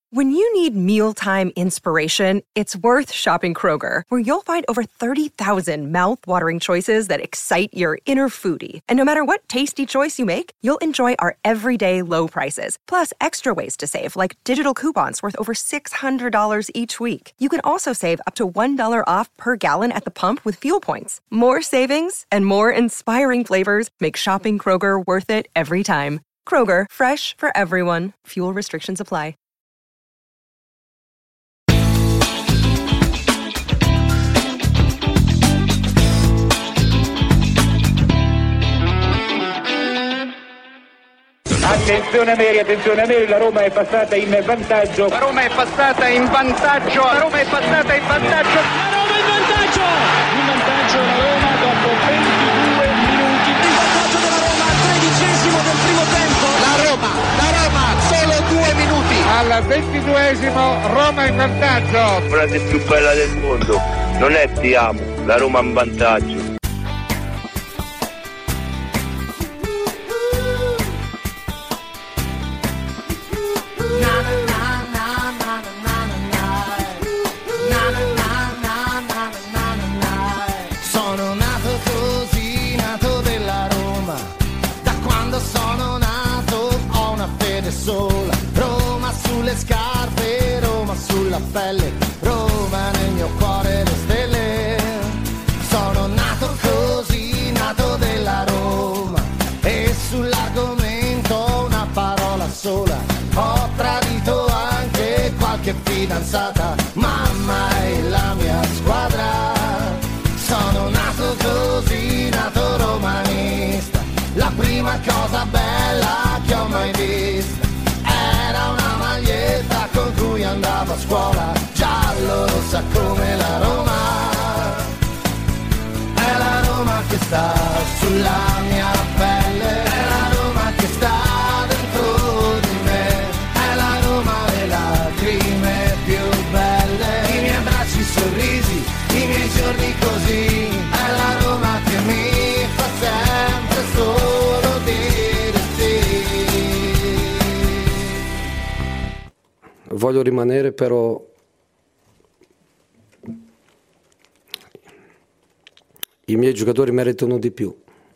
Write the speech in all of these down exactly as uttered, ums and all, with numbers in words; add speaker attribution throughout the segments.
Speaker 1: When you need mealtime inspiration, it's worth shopping Kroger, where you'll find over thirty thousand mouth-watering choices that excite your inner foodie. And no matter what tasty choice you make, you'll enjoy our everyday low prices, plus extra ways to save, like digital coupons worth over six hundred dollars each week. You can also save up to one dollar off per gallon at the pump with fuel points. More savings and more inspiring flavors make shopping Kroger worth it every time. Kroger, fresh for everyone. Fuel restrictions apply.
Speaker 2: Attenzione Meri, attenzione Meri, la Roma è passata in vantaggio.
Speaker 3: La Roma è passata in vantaggio. La Roma è passata in vantaggio.
Speaker 4: La Roma in vantaggio. In vantaggio la Roma dopo ventidue minuti. In vantaggio della Roma al tredicesimo del primo tempo.
Speaker 3: La Roma, la Roma, solo due minuti.
Speaker 2: Al ventiduesimo Roma in vantaggio.
Speaker 5: La frase più bella del mondo non è ti amo, la Roma in vantaggio.
Speaker 6: Sola. Roma sulle scarpe, Roma sulla pelle, Roma nel mio cuore le stelle. Sono nato così, nato della Roma, e sull'argomento una parola sola. Ho tradito anche qualche fidanzata, mamma è la mia squadra. Sono nato così, nato romanista, la prima cosa bella che ho mai visto era una maglietta con cui andavo a scuola, giallo rossa come la Roma. È la Roma che sta sulla mia pelle, è la Roma che sta dentro di me, è la Roma le lacrime più belle, i miei abbracci, sorrisi, i miei giorni così, è la Roma che mi fa sempre solo dire sì.
Speaker 7: Voglio rimanere, però i miei giocatori meritano di più.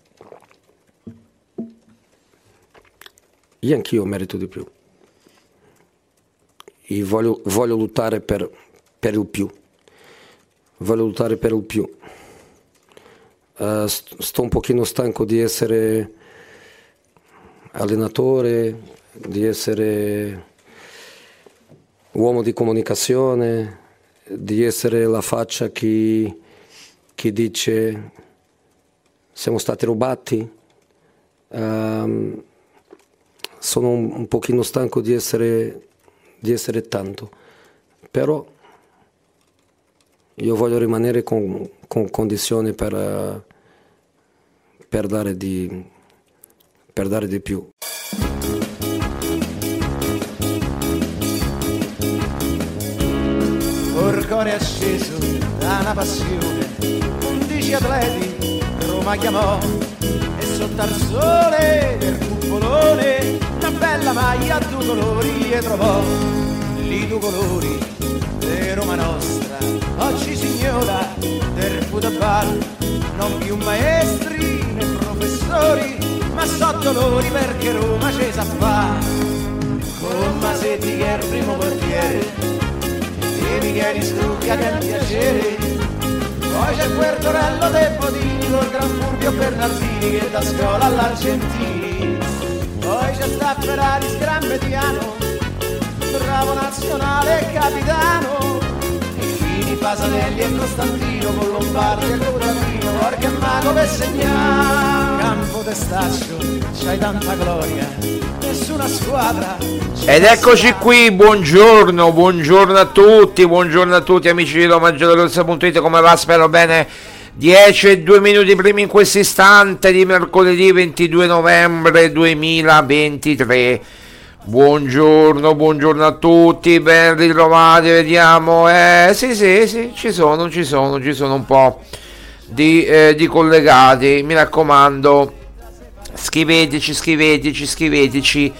Speaker 7: Io anch'io merito di più. Io voglio, voglio lottare per, per il più. Voglio lottare per il più. Uh, sto un pochino stanco di essere allenatore, di essere uomo di comunicazione, di essere la faccia che, che dice siamo stati rubati. Um, sono un, un pochino stanco di essere, di essere tanto, però io voglio rimanere con, con condizioni per, uh, per, dare di, per dare di più.
Speaker 6: Il cuore acceso da una passione, undici atleti Roma chiamò, e sotto al sole del cupolone una bella maglia a due colori e trovò. Lì due colori di Roma nostra, oggi signora del football, non più maestri né professori, ma so dolori perché Roma ci sa fa. Con Masetti che è il primo portiere, e Micheli Strucca che è un piacere, poi c'è quel Torello De Bodini col gran Fulvio Bernardini che da scuola all'Argentini, poi c'è sta Ferraris gran mediano, bravo nazionale e capitano, e Fini, Pasanelli e Costantino con Lombardi e Cotavino, porca mago per segnare. Campo Testaccio, c'hai tanta gloria, nessuna squadra.
Speaker 8: Ed eccoci qui, buongiorno, buongiorno a tutti, buongiorno a tutti amici di Roma Giallorossa punto it, come va? Spero bene. dieci e due minuti primi in questo istante di mercoledì ventidue novembre duemilaventitré. Buongiorno, buongiorno a tutti, ben ritrovati, vediamo, eh sì sì sì, ci sono, ci sono, ci sono un po' di, eh, di collegati, mi raccomando, scriveteci, scriveteci, scriveteci.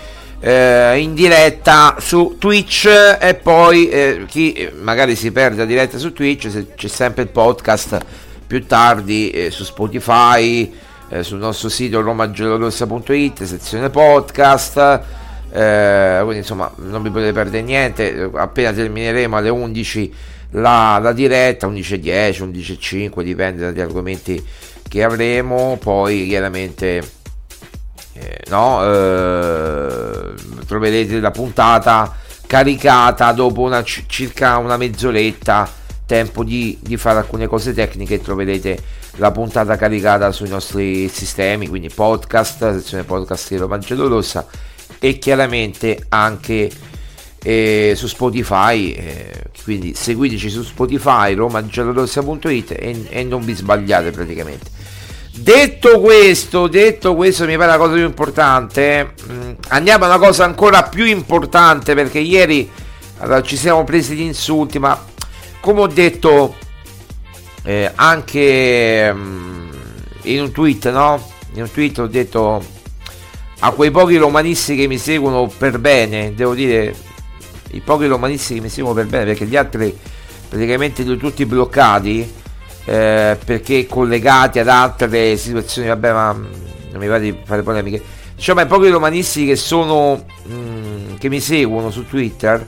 Speaker 8: eh, in diretta su Twitch, e poi eh, chi magari si perde la diretta su Twitch, se c'è sempre il podcast più tardi eh, su Spotify, eh, sul nostro sito roma giallorossa punto it, sezione podcast, eh, quindi insomma non vi potete perdere niente. Appena termineremo alle undici la, la diretta, undici e dieci, undici e cinque, dipende dagli argomenti che avremo, poi chiaramente eh, no, eh, troverete la puntata caricata dopo una, circa una mezz'oretta, tempo di, di fare alcune cose tecniche, e troverete la puntata caricata sui nostri sistemi, quindi podcast, sezione podcast di Roma Giallorossa, e chiaramente anche eh, su Spotify, eh, quindi seguiteci su Spotify roma giallorossa punto it e, e non vi sbagliate praticamente. Detto questo, detto questo mi pare la cosa più importante, mh, andiamo a una cosa ancora più importante, perché ieri allora, ci siamo presi gli insulti, ma come ho detto eh, anche mh, in un tweet, no? In un tweet ho detto a quei pochi romanisti che mi seguono per bene, devo dire, i pochi romanisti che mi seguono per bene, perché gli altri praticamente li ho tutti bloccati, eh, perché collegati ad altre situazioni, vabbè, ma non mi va di fare polemiche. Diciamo, i pochi romanisti che sono mh, che mi seguono su Twitter,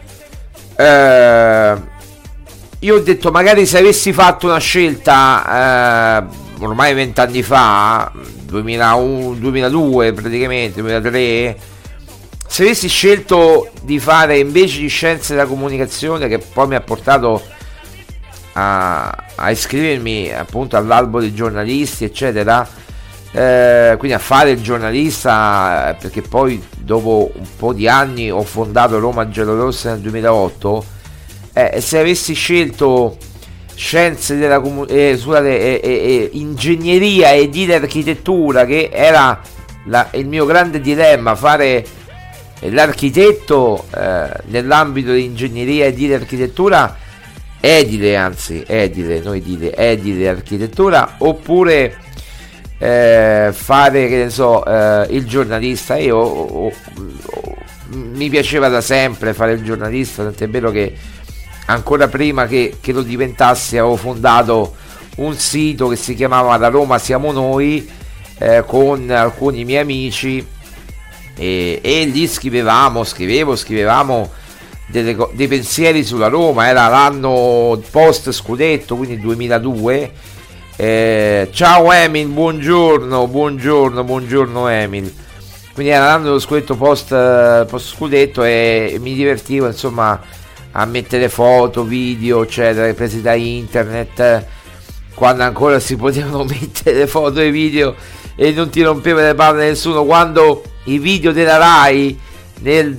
Speaker 8: eh, io ho detto, magari se avessi fatto una scelta eh, ormai vent'anni fa, duemilauno, duemiladue praticamente, duemilatré, se avessi scelto di fare invece di scienze della comunicazione, che poi mi ha portato a, a iscrivermi appunto all'albo dei giornalisti eccetera, eh, quindi a fare il giornalista, perché poi dopo un po' di anni ho fondato Roma Giallorossa nel duemilaotto, eh, se avessi scelto scienze della comunicazione, eh, scusate, eh, eh, ingegneria e di architettura, che era la, il mio grande dilemma, fare l'architetto eh, nell'ambito di ingegneria e di architettura edile, anzi edile, noi dite edile architettura, oppure eh, fare, che ne so, eh, il giornalista. Io oh, oh, oh, mi piaceva da sempre fare il giornalista, tant'è vero che ancora prima che, che lo diventassi avevo fondato un sito che si chiamava La Roma Siamo Noi, eh, con alcuni miei amici, e, e lì scrivevamo, scrivevo, scrivevamo delle, dei pensieri sulla Roma. Era l'anno post scudetto, quindi duemiladue. Eh, ciao Emil, buongiorno, buongiorno, buongiorno Emil. Quindi era l'anno dello scudetto post, post scudetto, e, e mi divertivo insomma a mettere foto, video eccetera, presi da internet, quando ancora si potevano mettere foto e video e non ti rompeva le palle nessuno, quando i video della Rai nel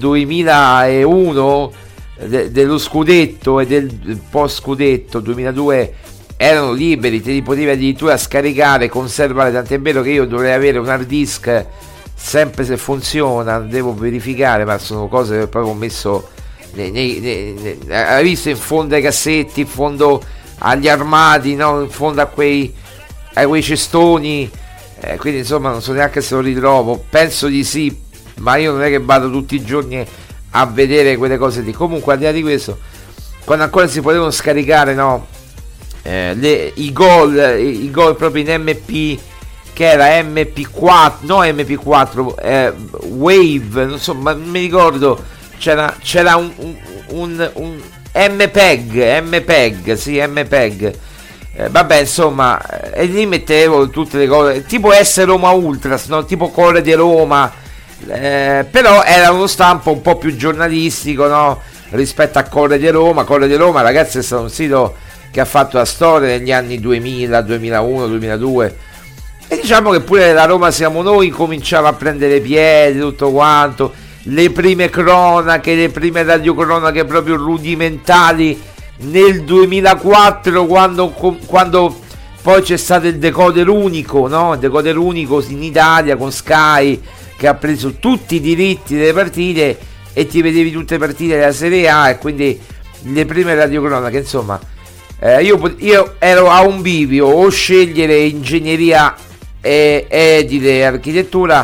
Speaker 8: duemilauno de- dello scudetto e del post scudetto duemiladue erano liberi, te li potevi addirittura scaricare e conservare, tant'è vero che io dovrei avere un hard disk, sempre se funziona, devo verificare, ma sono cose che proprio ho messo nei, nei, nei, nei, hai visto, in fondo ai cassetti, in fondo agli armadi, no? In fondo a quei, a quei cestoni, eh, quindi insomma non so neanche se lo ritrovo, penso di sì, ma io non è che vado tutti i giorni a vedere quelle cose lì. Comunque, al di là di questo, quando ancora si potevano scaricare, no, eh, le, i gol i, i gol proprio in M P, che era M P quattro, no M P quattro, eh, Wave, non so, ma non mi ricordo, c'era, c'era un, un, un, un M P E G, M P E G, sì, M P E G, eh, vabbè, insomma, e lì mettevo tutte le cose, tipo S Roma Ultras, no? Tipo Core di Roma, eh, però era uno stampo un po' più giornalistico, no? Rispetto a Core di Roma. Core di Roma, ragazzi, è stato un sito che ha fatto la storia negli anni duemila, duemilauno, duemiladue, e diciamo che pure la Roma Siamo Noi cominciava a prendere piede, tutto quanto, le prime cronache, le prime radiocronache proprio rudimentali nel duemilaquattro, quando, quando poi c'è stato il decoder unico, no? Il decoder unico in Italia con Sky, che ha preso tutti i diritti delle partite e ti vedevi tutte le partite della Serie A, e quindi le prime radiocronache, insomma, eh, io, io ero a un bivio: o scegliere ingegneria e edile, architettura,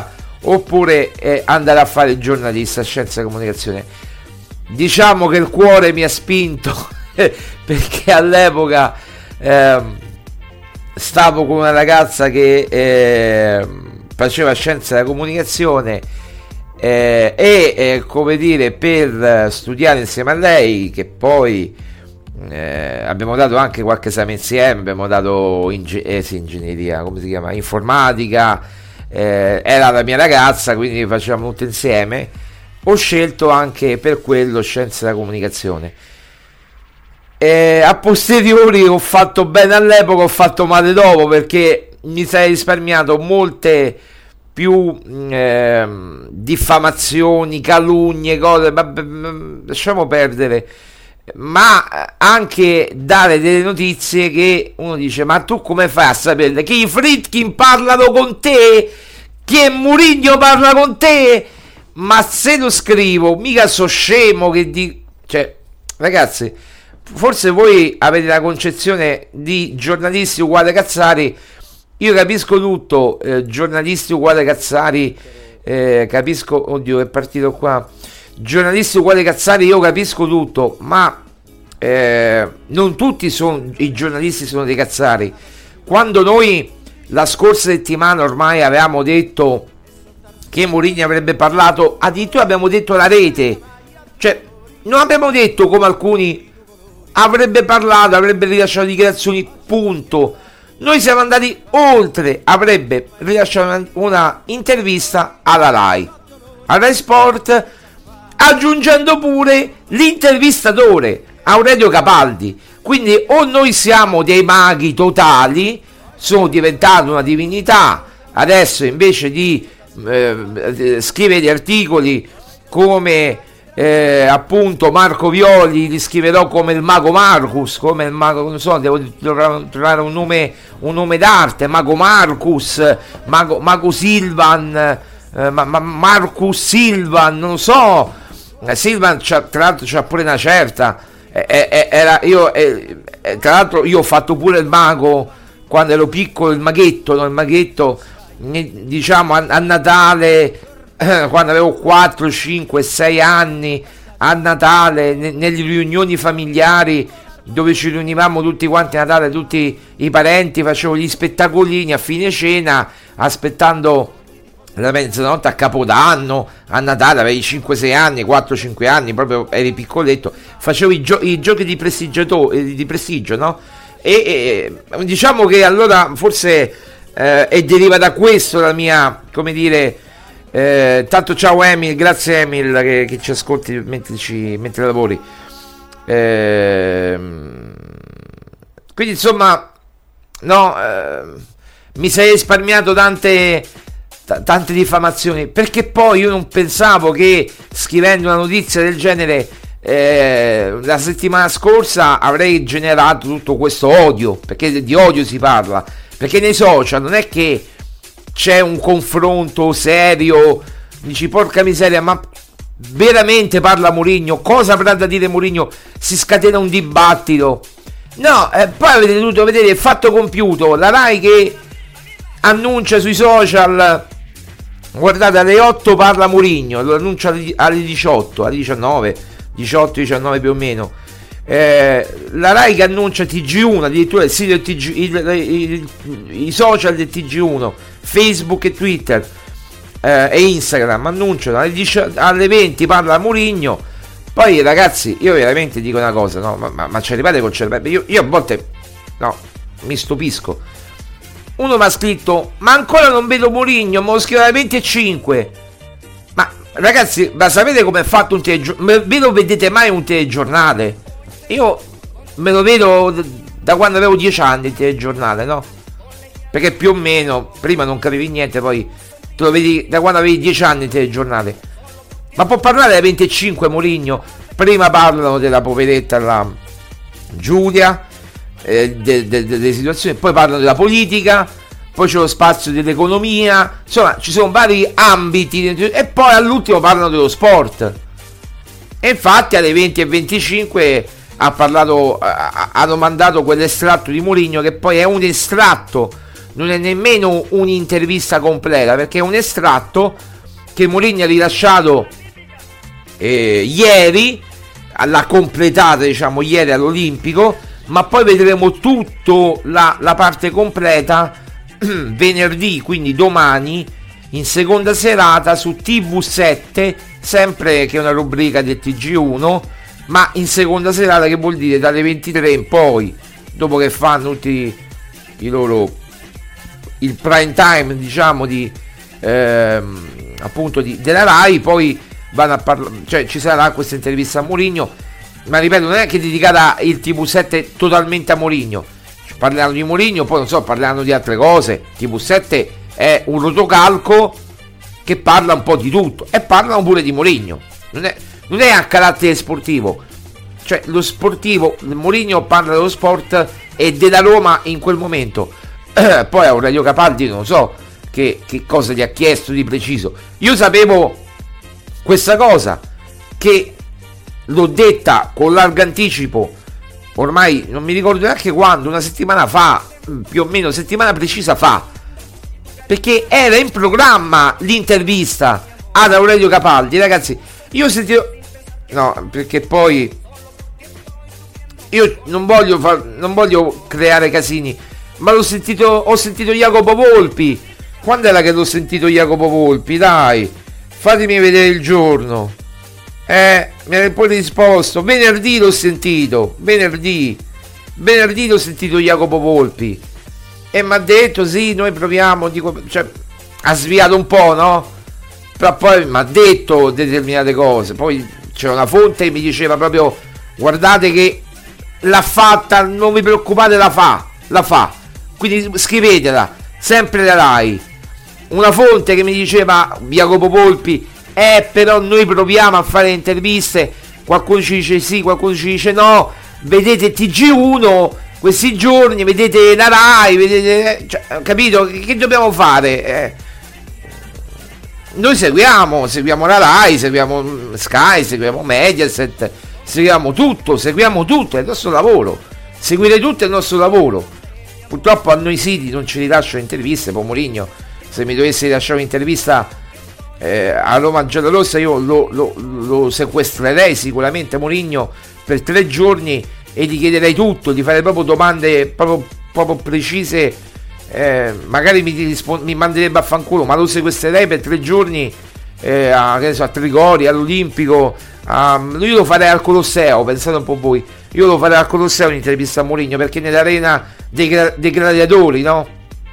Speaker 8: oppure eh, andare a fare il giornalista, scienza e comunicazione. Diciamo che il cuore mi ha spinto perché all'epoca eh, stavo con una ragazza che eh, faceva scienza della comunicazione eh, e eh, come dire, per studiare insieme a lei, che poi eh, abbiamo dato anche qualche esame insieme, abbiamo dato inge- eh, sì, ingegneria, come si chiama, informatica, eh, era la mia ragazza, quindi facevamo tutto insieme. Ho scelto anche per quello scienza della comunicazione. E a posteriori ho fatto bene all'epoca, ho fatto male dopo, perché mi sarei risparmiato molte più eh, diffamazioni, calunnie, cose, vabbè, lasciamo perdere, ma anche dare delle notizie che uno dice: ma tu come fai a sapere che i Friedkin parlano con te, che Mourinho parla con te? Ma se lo scrivo, mica so scemo che di... Cioè, ragazzi, forse voi avete la concezione di giornalisti uguale Cazzari. Io capisco tutto, eh, giornalisti uguale Cazzari, eh, capisco, oddio è partito qua, giornalisti uguale Cazzari, io capisco tutto, ma eh, non tutti sono, i giornalisti sono dei Cazzari. Quando noi la scorsa settimana ormai avevamo detto che Mourinho avrebbe parlato, addirittura abbiamo detto la rete, cioè non abbiamo detto come alcuni avrebbe parlato, avrebbe rilasciato dichiarazioni, punto. Noi siamo andati oltre, avrebbe rilasciato una intervista alla Rai, a Rai Sport, aggiungendo pure l'intervistatore Aurelio Capaldi. Quindi o noi siamo dei maghi totali, sono diventato una divinità, adesso invece di eh, scrivere gli articoli come eh, appunto Marco Violi, li scriverò come il mago Marcus, come il mago, non so, devo trovare un nome, un nome d'arte, mago Marcus, mago, mago Silvan, eh, ma, ma Marcus Silvan, non lo so, eh, Silvan c'ha, tra l'altro c'ha pure una certa, eh, eh, era, io, eh, eh, tra l'altro io ho fatto pure il mago quando ero piccolo, il maghetto, no? il maghetto diciamo a, a Natale, eh, quando avevo quattro, cinque, sei anni, a Natale, ne, nelle riunioni familiari dove ci riunivamo tutti quanti a Natale, tutti i parenti, facevo gli spettacolini a fine cena, aspettando la mezzanotte a Capodanno, a Natale, avevi cinque sei anni, quattro cinque anni, proprio eri piccoletto, facevo i, gio- i giochi di prestigio, di prestigio, no? E, e diciamo che allora forse eh, e deriva da questo la mia, come dire, eh, tanto ciao Emil, grazie Emil che, che ci ascolti mentre, ci, mentre lavori, eh, quindi insomma no, eh, mi sei risparmiato tante t- tante diffamazioni, perché poi io non pensavo che scrivendo una notizia del genere Eh, la settimana scorsa avrei generato tutto questo odio, perché di odio si parla, perché nei social non è che c'è un confronto serio, dici porca miseria, ma veramente parla Mourinho, cosa avrà da dire Mourinho, si scatena un dibattito, no, eh, poi avete dovuto vedere il fatto compiuto, la Rai che annuncia sui social, guardate, alle otto parla Mourinho, lo annuncia alle diciotto, alle diciannove, diciotto diciannove più o meno, eh, la Rai che annuncia T G uno, addirittura il sito del T G, il, il, il, i social del T G uno, Facebook e Twitter eh, e Instagram annunciano alle, diciotto, alle venti parla Mourinho. Poi ragazzi, io veramente dico una cosa, no, ma, ma, ma ci arrivate col cervello, io, io a volte no, mi stupisco. Uno mi ha scritto: ma ancora non vedo Mourinho, me lo scrivo alle venti e cinque. Ma ragazzi, ma sapete come è fatto un telegiornale? Ve lo vedete mai un telegiornale? Io me lo vedo da quando avevo dieci anni il telegiornale, no? Perché più o meno prima non capivi niente, poi te lo vedi da quando avevi dieci anni il telegiornale. Ma può parlare alle venti e cinque Mourinho? Prima parlano della poveretta la Giulia, eh, de, de, de, delle situazioni, poi parlano della politica, poi c'è lo spazio dell'economia, insomma ci sono vari ambiti e poi all'ultimo parlano dello sport. E infatti alle venti e venticinque ha parlato, hanno mandato quell'estratto di Mourinho, che poi è un estratto, non è nemmeno un'intervista completa, perché è un estratto che Mourinho ha rilasciato eh, ieri, l'ha completata diciamo ieri all'Olimpico, ma poi vedremo tutto la, la parte completa venerdì, quindi domani, in seconda serata su T V sette, sempre che è una rubrica del T G uno, ma in seconda serata, che vuol dire dalle ventitré in poi, dopo che fanno tutti i loro il prime time diciamo di ehm, appunto di, della Rai, poi vanno a parlare, cioè ci sarà questa intervista a Mourinho, ma ripeto, non è che dedicata il T V sette totalmente a Mourinho, parleranno di Mourinho, poi non so, parleranno di altre cose. T V sette è un rotocalco che parla un po' di tutto, e parlano pure di Mourinho, non è, non è a carattere sportivo, cioè lo sportivo, Mourinho parla dello sport e della Roma in quel momento. Eh, poi Aurelio Capaldi non so che, che cosa gli ha chiesto di preciso. Io sapevo questa cosa, che l'ho detta con largo anticipo, ormai non mi ricordo neanche quando, una settimana fa, più o meno settimana precisa fa, perché era in programma l'intervista ad Aurelio Capaldi. Ragazzi, io ho sentito, no, perché poi io non voglio far, non voglio creare casini, ma l'ho sentito, ho sentito Jacopo Volpi. Quando era che l'ho sentito Jacopo Volpi? Dai, fatemi vedere il giorno. Eh, mi ha poi risposto, venerdì l'ho sentito, venerdì, venerdì l'ho sentito Jacopo Volpi, e mi ha detto sì, noi proviamo, dico, cioè, ha sviato un po', no? Però poi mi ha detto determinate cose, poi c'è una fonte che mi diceva proprio, guardate che l'ha fatta, non vi preoccupate, la fa, la fa, quindi scrivetela, sempre la Rai. Una fonte che mi diceva, Jacopo Volpi, eh però noi proviamo a fare interviste, qualcuno ci dice sì, qualcuno ci dice no, vedete T G uno questi giorni, vedete la Rai, vedete, cioè, capito, che, che dobbiamo fare? Eh, noi seguiamo, seguiamo la Rai, seguiamo Sky, seguiamo Mediaset, seguiamo tutto, seguiamo tutto, è il nostro lavoro, seguire tutto è il nostro lavoro. Purtroppo a noi siti non ci rilasciano interviste. Poi Mourinho, se mi dovesse rilasciare un'intervista eh, a Roma Giallorossa, io lo, lo, lo sequestrerei sicuramente Mourinho per tre giorni e gli chiederei tutto, gli farei proprio domande proprio, proprio precise, eh, magari mi, rispond- mi manderebbe a fanculo, ma lo sequestrerei per tre giorni eh, a, che ne so, a Trigori, all'Olimpico, a, io lo farei al Colosseo, pensate un po' voi, io lo farei al Colosseo un'intervista a Mourinho, perché nell'arena dei, gra- dei gladiatori, no?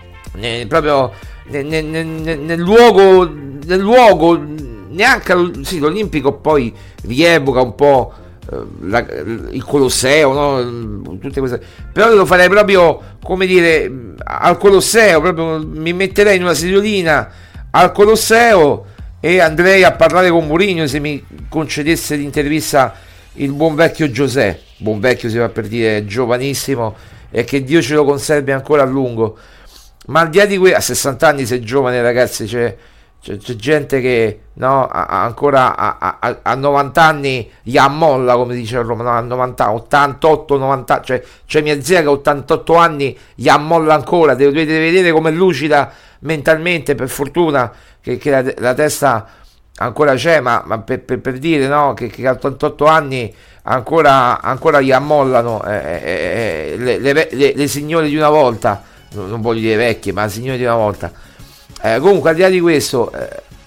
Speaker 8: Ne, proprio nel, nel, nel, nel luogo, nel luogo neanche sì, l'Olimpico poi rievoca un po' La, il Colosseo, no? Tutte queste, però lo farei proprio, come dire, al Colosseo, proprio mi metterei in una sediolina al Colosseo e andrei a parlare con Mourinho, se mi concedesse l'intervista il buon vecchio Giuseppe, buon vecchio si va per dire, giovanissimo, e che Dio ce lo conservi ancora a lungo. Ma al di là di questo, a sessanta anni sei giovane, ragazzi, c'è C'è, c'è gente che no, a, a ancora a, a, a novanta anni gli ammolla, come dice a Roma, no, a novanta, ottantotto, novanta, cioè c'è mia zia che a ottantotto anni gli ammolla ancora. Dovete vedere com'è lucida mentalmente, per fortuna che, che la, la testa ancora c'è, ma, ma per, per, per dire, no, che, che a ottantotto anni ancora, ancora gli ammollano eh, eh, le, le, le, le signore di una volta, non, non voglio dire vecchie, ma signore di una volta. Eh, comunque, al di là di questo, eh,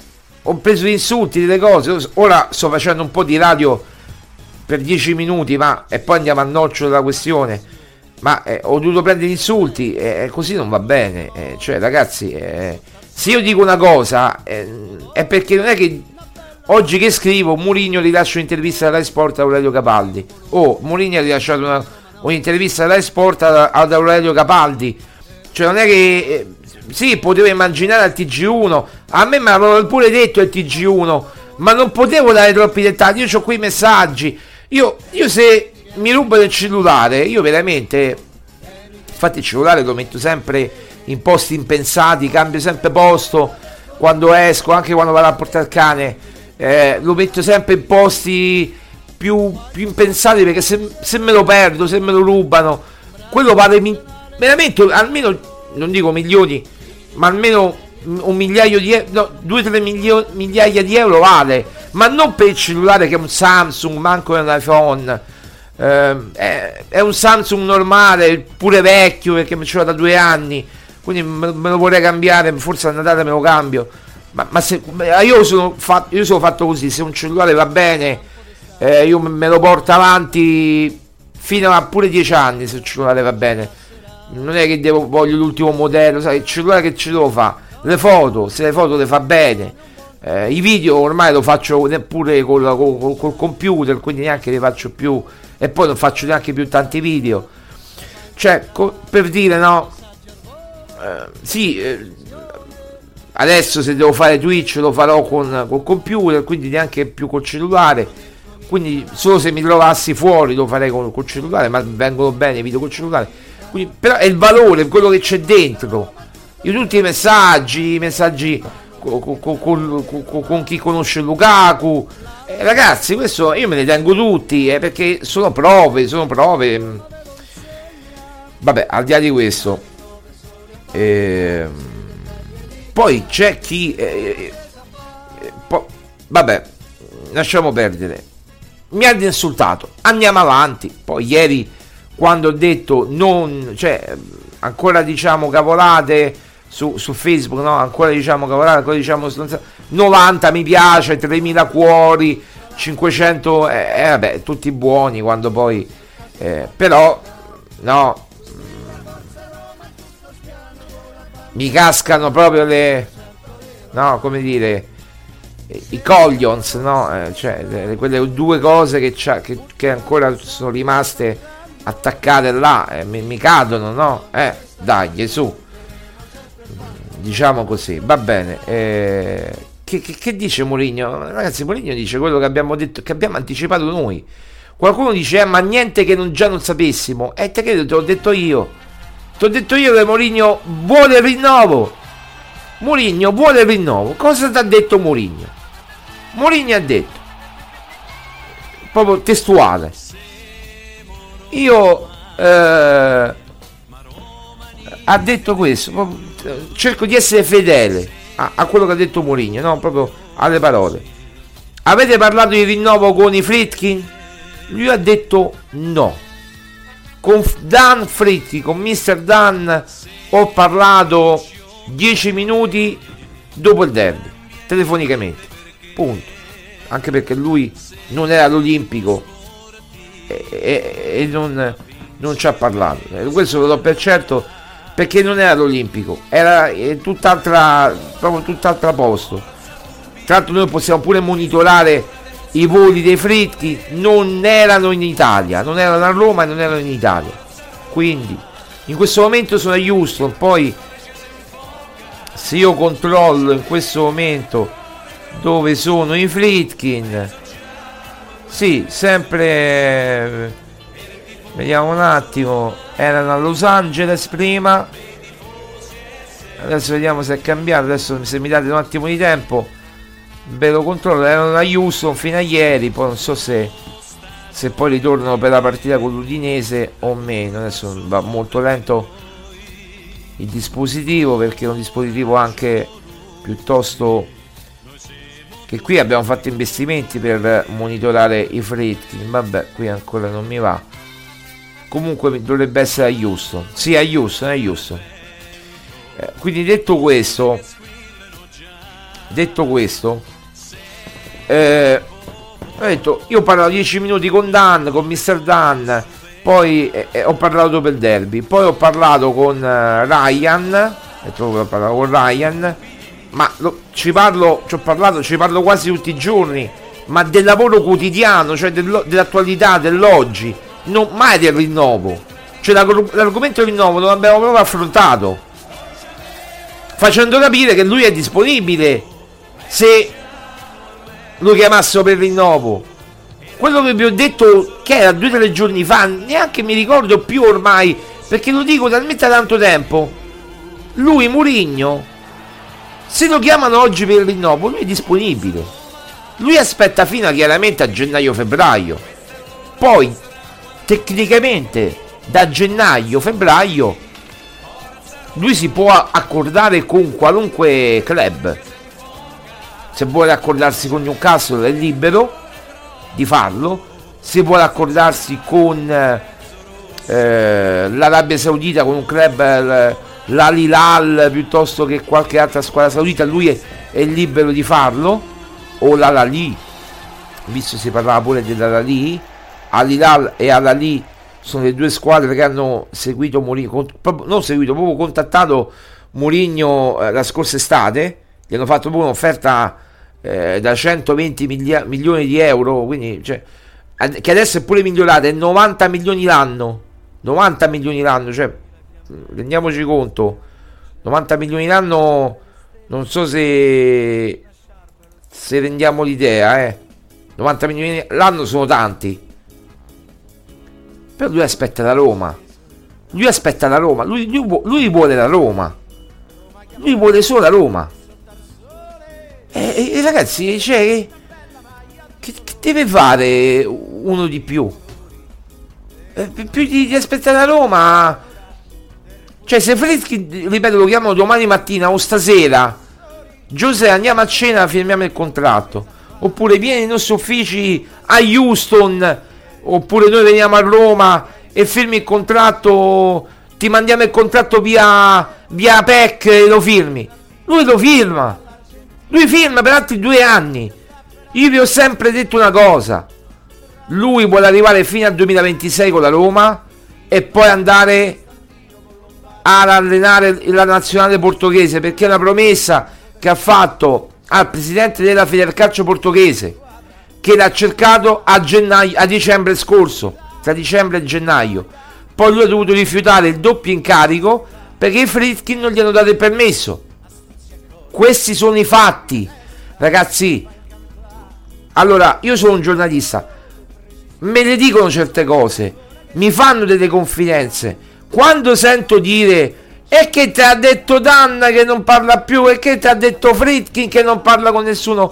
Speaker 8: ho preso insulti, delle cose. Ora sto facendo un po' di radio per dieci minuti, ma e poi andiamo al nocciolo della questione. Ma eh, ho dovuto prendere insulti, e eh, così non va bene. Eh, cioè, ragazzi, eh, se io dico una cosa, eh, è perché non è che oggi che scrivo Mourinho rilascia un'intervista alla Rai Sport ad Aurelio Capaldi. Oh, Mourinho ha rilasciato una, un'intervista alla Rai Sport ad, ad Aurelio Capaldi. Cioè, non è che. Eh, sì, potevo immaginare al T G uno, a me mi avevano pure detto il T G uno, ma non potevo dare troppi dettagli. Io ho quei messaggi, io, io se mi rubano il cellulare, io veramente, infatti il cellulare lo metto sempre in posti impensati, cambio sempre posto quando esco, anche quando vado a portare il cane, eh, lo metto sempre in posti più, più impensati, perché se, se me lo perdo, se me lo rubano, quello vale mi- veramente almeno, non dico milioni, ma almeno un migliaio di euro, no, due tre migliaia di euro vale, ma non per il cellulare che è un Samsung, manco è un iPhone, eh, è, è un Samsung normale, pure vecchio perché ce l'ho da due anni, quindi me, me lo vorrei cambiare, forse a Natale me lo cambio, ma, ma se, io, sono fatto, io sono fatto così, se un cellulare va bene, eh, io me lo porto avanti fino a pure dieci anni, se il cellulare va bene, non è che devo, voglio l'ultimo modello, sai, il cellulare che ce lo fa, le foto, se le foto le fa bene, eh, i video ormai lo faccio pure col, col, col computer, quindi neanche li faccio più, e poi non faccio neanche più tanti video, cioè co- per dire, no, eh, sì, eh, adesso se devo fare Twitch lo farò con col computer, quindi neanche più col cellulare, quindi solo se mi trovassi fuori lo farei col, col cellulare, ma vengono bene i video col cellulare, quindi, però è il valore, quello che c'è dentro, io tutti i messaggi, i messaggi con, con, con, con chi conosce Lukaku, eh, ragazzi, questo io me ne tengo tutti, eh, perché sono prove, sono prove. Vabbè, al di là di questo, eh, poi c'è chi, eh, eh, po- vabbè, lasciamo perdere, mi ha insultato, andiamo avanti. Poi ieri, quando ho detto non, cioè ancora diciamo cavolate su, su Facebook, no, ancora diciamo cavolate, ancora diciamo novanta mi piace, tremila cuori, cinquecento, eh, eh vabbè, tutti buoni, quando poi eh, però no, mi cascano proprio le, no, come dire, i coglions, no, eh, cioè le, quelle due cose che, c'ha, che, che ancora sono rimaste attaccate là, eh, mi, mi cadono, no? Eh, dai, su, diciamo così, va bene. Eh, che, che, che dice Mourinho? Ragazzi, Mourinho dice quello che abbiamo detto, che abbiamo anticipato noi. Qualcuno dice, eh, ma niente che non, già non sapessimo. E eh, te credo, te l'ho detto io. Ti ho detto io che Mourinho vuole il rinnovo. Mourinho vuole il rinnovo. Cosa ti ha detto Mourinho? Mourinho ha detto, proprio testuale, io eh, ha detto questo, cerco di essere fedele a, a quello che ha detto Mourinho, no? Proprio alle parole. Avete parlato di rinnovo con i Friedkin? Lui ha detto no. Con Dan Friedkin, con mister Dan, ho parlato dieci minuti dopo il derby, telefonicamente, punto. Anche perché lui non era all'Olimpico e, e, e non, non ci ha parlato, questo lo do per certo, perché non era all'Olimpico, era tutt'altra, proprio tutt'altro posto. Tra l'altro noi possiamo pure monitorare i voli dei Friedkin, non erano in Italia, non erano a Roma e non erano in Italia, quindi in questo momento sono a Houston. Poi se io controllo in questo momento dove sono i Friedkin, sì, sempre, vediamo un attimo, erano a Los Angeles prima, adesso vediamo se è cambiato, adesso se mi date un attimo di tempo ve lo controllo. Erano a Houston fino a ieri, poi non so se, se poi ritornano per la partita con l'Udinese o meno. Adesso va molto lento il dispositivo, perché è un dispositivo anche piuttosto, che qui abbiamo fatto investimenti per monitorare i Friedkin. Vabbè, qui ancora non mi va, comunque dovrebbe essere a Houston, sì, a Houston, a Houston. Eh, quindi detto questo detto questo eh, ho detto, io ho parlato dieci minuti con Dan, con mister Dan, poi eh, ho parlato dopo il derby, poi ho parlato con eh, Ryan, ho parlato con Ryan, ma lo, ci parlo, ci ho parlato, ci parlo quasi tutti i giorni, ma del lavoro quotidiano, cioè del, dell'attualità, dell'oggi, non mai del rinnovo. Cioè l'argomento del rinnovo non l'abbiamo proprio affrontato, facendo capire che lui è disponibile se lo chiamassero per il rinnovo. Quello che vi ho detto, che era due o tre giorni fa, neanche mi ricordo più ormai, perché lo dico talmente tanto tempo, lui, Mourinho, se lo chiamano oggi per il rinnovo, lui è disponibile. Lui aspetta fino a, chiaramente a gennaio-febbraio, poi tecnicamente da gennaio-febbraio lui si può accordare con qualunque club. Se vuole accordarsi con Newcastle è libero di farlo, se vuole accordarsi con eh, l'Arabia Saudita, con un club, l'Al Hilal piuttosto che qualche altra squadra saudita, lui è, è libero di farlo, o l'Al Ahly, visto si parlava pure dell'Al Ahly. Al Hilal e Al Ahly sono le due squadre che hanno seguito Mourinho, non seguito, proprio contattato Mourinho eh, la scorsa estate, gli hanno fatto proprio un'offerta eh, da centoventi milia- milioni di euro, quindi cioè, che adesso è pure migliorata, è novanta milioni l'anno, novanta milioni l'anno, cioè rendiamoci conto, novanta milioni l'anno, non so se se rendiamo l'idea, eh novanta milioni l'anno sono tanti. Però lui aspetta la Roma. Lui aspetta la Roma. Lui, lui, lui vuole la Roma. Lui vuole solo la Roma. E, e, e ragazzi, cioè, che, che deve fare uno di più? E, più di, di aspettare la Roma. Cioè, se Friedkin, ripeto, lo chiamano domani mattina o stasera, Giuseppe, andiamo a cena, firmiamo il contratto. Oppure vieni nei nostri uffici a Houston, oppure noi veniamo a Roma e firmi il contratto, ti mandiamo il contratto via via P E C e lo firmi. Lui lo firma, lui firma per altri due anni. Io vi ho sempre detto una cosa: lui vuole arrivare fino al duemilaventisei con la Roma e poi andare ad allenare la nazionale portoghese, perché è una promessa che ha fatto al presidente della Federcalcio portoghese, che l'ha cercato a gennaio, a dicembre scorso, tra dicembre e gennaio. Poi lui ha dovuto rifiutare il doppio incarico perché i Friedkin non gli hanno dato il permesso. Questi sono i fatti, ragazzi. Allora, io sono un giornalista, me le dicono certe cose, mi fanno delle confidenze. Quando sento dire e che ti ha detto Danna che non parla più, e che ti ha detto Friedkin che non parla con nessuno,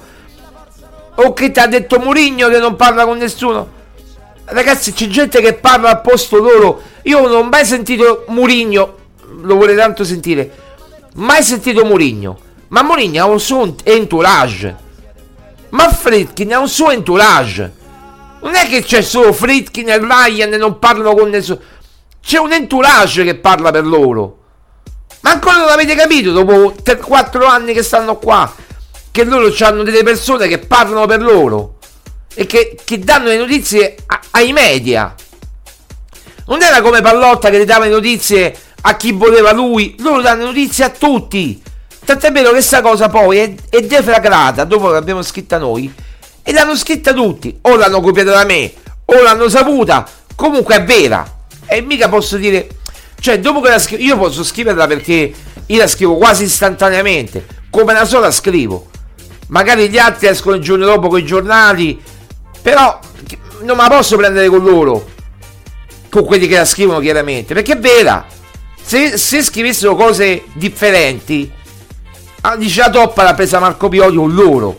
Speaker 8: o che ti ha detto Mourinho che non parla con nessuno, ragazzi, c'è gente che parla al posto loro. Io non ho mai sentito Mourinho, lo vorrei tanto sentire, mai sentito Mourinho, ma Mourinho ha un suo entourage, ma Friedkin ha un suo entourage. Non è che c'è solo Friedkin e Ryan e non parlano con nessuno, c'è un entourage che parla per loro. Ma ancora non avete capito, dopo tre quattro anni che stanno qua, che loro hanno delle persone che parlano per loro e che, che danno le notizie a, ai media. Non era come Pallotta che le dava le notizie a chi voleva lui, loro danno notizie a tutti. Tant'è vero che questa cosa poi è, è deflagrata dopo che l'abbiamo scritta noi, e l'hanno scritta tutti, o l'hanno copiata da me o l'hanno saputa, comunque è vera. E mica posso dire, cioè dopo che la scrivo, io posso scriverla perché io la scrivo quasi istantaneamente, come la so la scrivo. Magari gli altri escono il giorno dopo con i giornali, però non me la posso prendere con loro, con quelli che la scrivono chiaramente, perché è vera. Se, se scrivessero cose differenti, ah, dice la Toppa l'ha presa Marco Pioli o loro.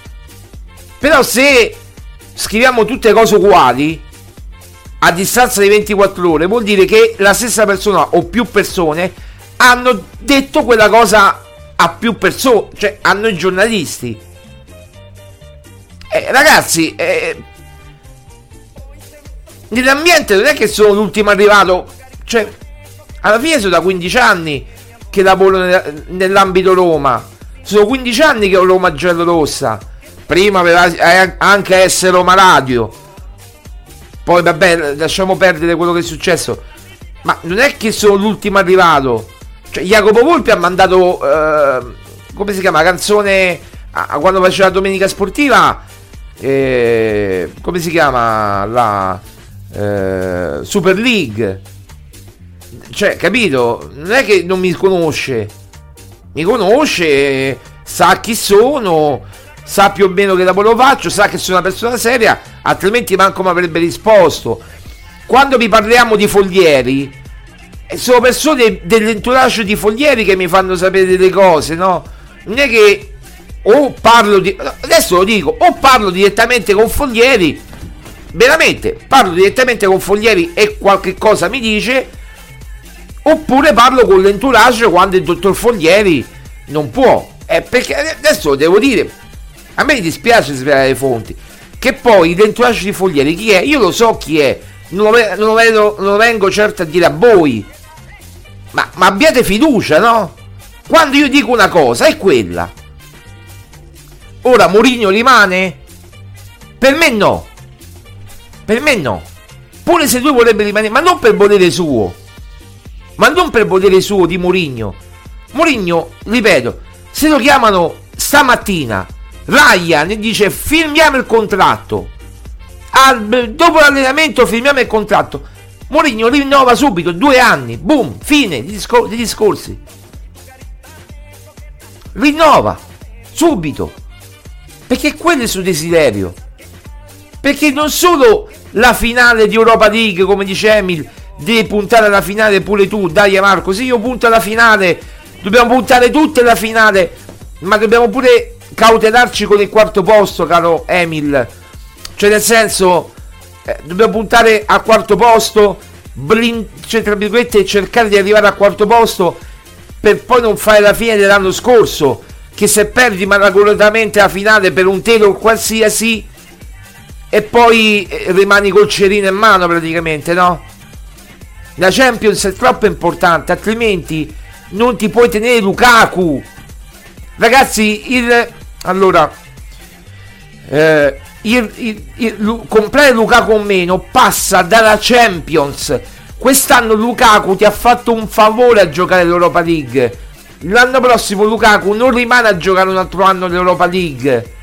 Speaker 8: Però se scriviamo tutte cose uguali a distanza di ventiquattro ore, vuol dire che la stessa persona o più persone hanno detto quella cosa a più persone, cioè a noi giornalisti. Eh, ragazzi, eh, nell'ambiente non è che sono l'ultimo arrivato, cioè alla fine sono da quindici anni che lavoro nell'ambito Roma, sono quindici anni che ho Roma giallorossa, prima aveva anche essere Roma Radio, poi vabbè lasciamo perdere quello che è successo, ma non è che sono l'ultimo arrivato. Cioè Jacopo Volpi ha mandato eh, come si chiama la canzone a, a quando faceva la domenica sportiva, eh, come si chiama la eh, Super League, cioè capito, non è che non mi conosce, mi conosce, sa chi sono, sa più o meno che lavoro faccio, sa che sono una persona seria, altrimenti manco mi avrebbe risposto. Quando vi parliamo di Foglieri, sono persone dell'entourage di Foglieri che mi fanno sapere delle cose, no? Non è che o parlo di, adesso lo dico, o parlo direttamente con Foglieri, veramente parlo direttamente con Foglieri e qualche cosa mi dice, oppure parlo con l'entourage quando il dottor Foglieri non può. Eh, perché adesso lo devo dire, a me dispiace svelare le fonti, che poi l'entourage di Foglieri chi è? Io lo so chi è, non lo, non lo, vedo, non lo vengo certo a dire a voi, ma, ma abbiate fiducia, no? Quando io dico una cosa è quella. Ora Mourinho rimane? Per me no, per me no, pure se lui vorrebbe rimanere, ma non per volere suo, ma non per volere suo di Mourinho. Mourinho, ripeto, se lo chiamano stamattina, Ryan e dice firmiamo il contratto, Al, dopo l'allenamento firmiamo il contratto, Mourinho rinnova subito, due anni, boom, fine dei discor- dei discorsi, rinnova subito, perché quello è il suo desiderio, perché non solo la finale di Europa League, come dice Emil, devi puntare alla finale pure tu, dai Marco, sì io punto alla finale, dobbiamo puntare tutte alla finale, ma dobbiamo pure cautelarci con il quarto posto, caro Emil, cioè nel senso eh, dobbiamo puntare al quarto posto, blin- cioè tra virgolette cercare di arrivare al quarto posto per poi non fare la fine dell'anno scorso, che se perdi miracolosamente la finale per un Taylor qualsiasi e poi eh, rimani col cerino in mano praticamente, no? La Champions è troppo importante, altrimenti non ti puoi tenere Lukaku, ragazzi. Il allora eh, il, il, il, il, comprare Lukaku o meno passa dalla Champions. Quest'anno Lukaku ti ha fatto un favore a giocare l'Europa League, l'anno prossimo Lukaku non rimane a giocare un altro anno l'Europa League.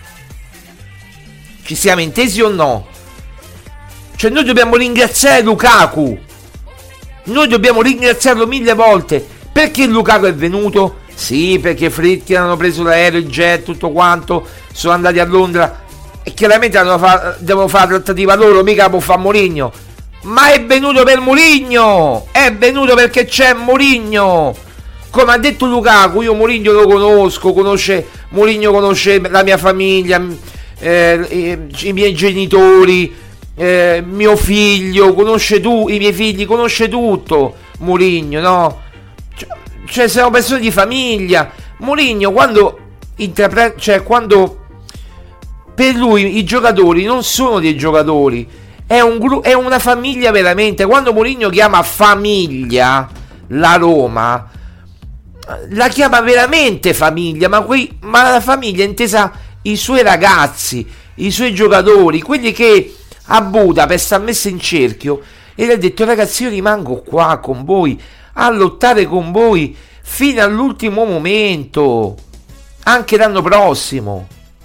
Speaker 8: Ci siamo intesi o no? Cioè noi dobbiamo ringraziare Lukaku, noi dobbiamo ringraziarlo mille volte. Perché Lukaku è venuto? Sì, perché Fritti hanno preso l'aereo, il jet, tutto quanto, sono andati a Londra e chiaramente devono fare devono fare la trattativa loro, mica può fare Mourinho. Ma è venuto per Mourinho, è venuto perché c'è Mourinho. Come ha detto Lukaku, io Mourinho lo conosco, conosce Mourinho conosce la mia famiglia, eh, i, i miei genitori, eh, mio figlio, conosce tu, i miei figli, conosce tutto Mourinho, no? Cioè siamo persone di famiglia. Mourinho quando intraprende, cioè quando per lui i giocatori non sono dei giocatori, è un gru- è una famiglia veramente. Quando Mourinho chiama famiglia la Roma, la chiama veramente famiglia, ma, qui, ma la famiglia intesa i suoi ragazzi, i suoi giocatori, quelli che a Budapest ha messo in cerchio e gli ha detto ragazzi io rimango qua con voi a lottare con voi fino all'ultimo momento, anche l'anno prossimo.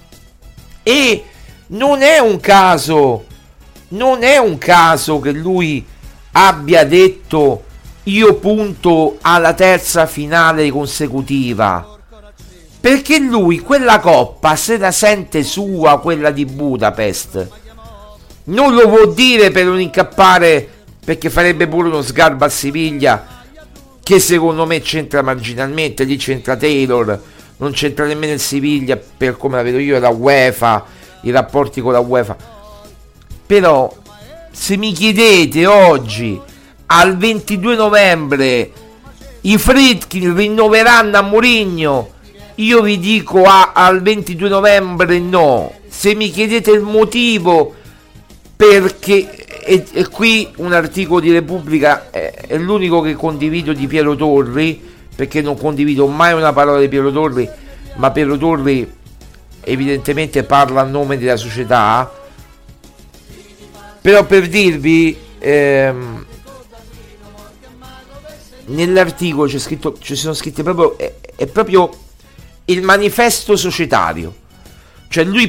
Speaker 8: E non è un caso, non è un caso che lui abbia detto io punto alla terza finale consecutiva, perché lui quella coppa se la sente sua, quella di Budapest. Non lo può dire per non incappare, perché farebbe pure uno sgarbo a Siviglia, che secondo me c'entra marginalmente. Lì c'entra Taylor, non c'entra nemmeno il Siviglia, per come la vedo io, la UEFA, i rapporti con la UEFA. Però se mi chiedete oggi al ventidue novembre i Friedkin rinnoveranno a Mourinho, io vi dico a, al ventidue novembre no. Se mi chiedete il motivo, perché e, e qui un articolo di Repubblica è, è l'unico che condivido di Piero Torri, perché non condivido mai una parola di Piero Torri, ma Piero Torri evidentemente parla a nome della società. Però per dirvi, ehm, nell'articolo c'è scritto, ci sono scritte proprio, è, è proprio il manifesto societario, cioè lui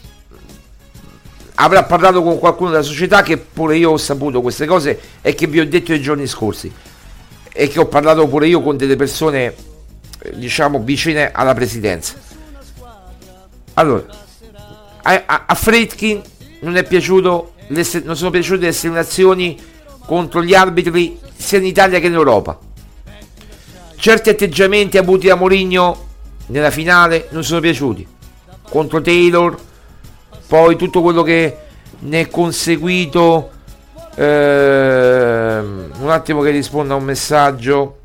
Speaker 8: avrà parlato con qualcuno della società, che pure io ho saputo queste cose e che vi ho detto nei giorni scorsi, e che ho parlato pure io con delle persone diciamo vicine alla presidenza. Allora a, a, a Friedkin non è piaciuto non sono piaciute le esternazioni contro gli arbitri sia in Italia che in Europa. Certi atteggiamenti avuti da Mourinho nella finale non sono piaciuti, contro Taylor, poi tutto quello che ne è conseguito, ehm, un attimo che rispondo a un messaggio.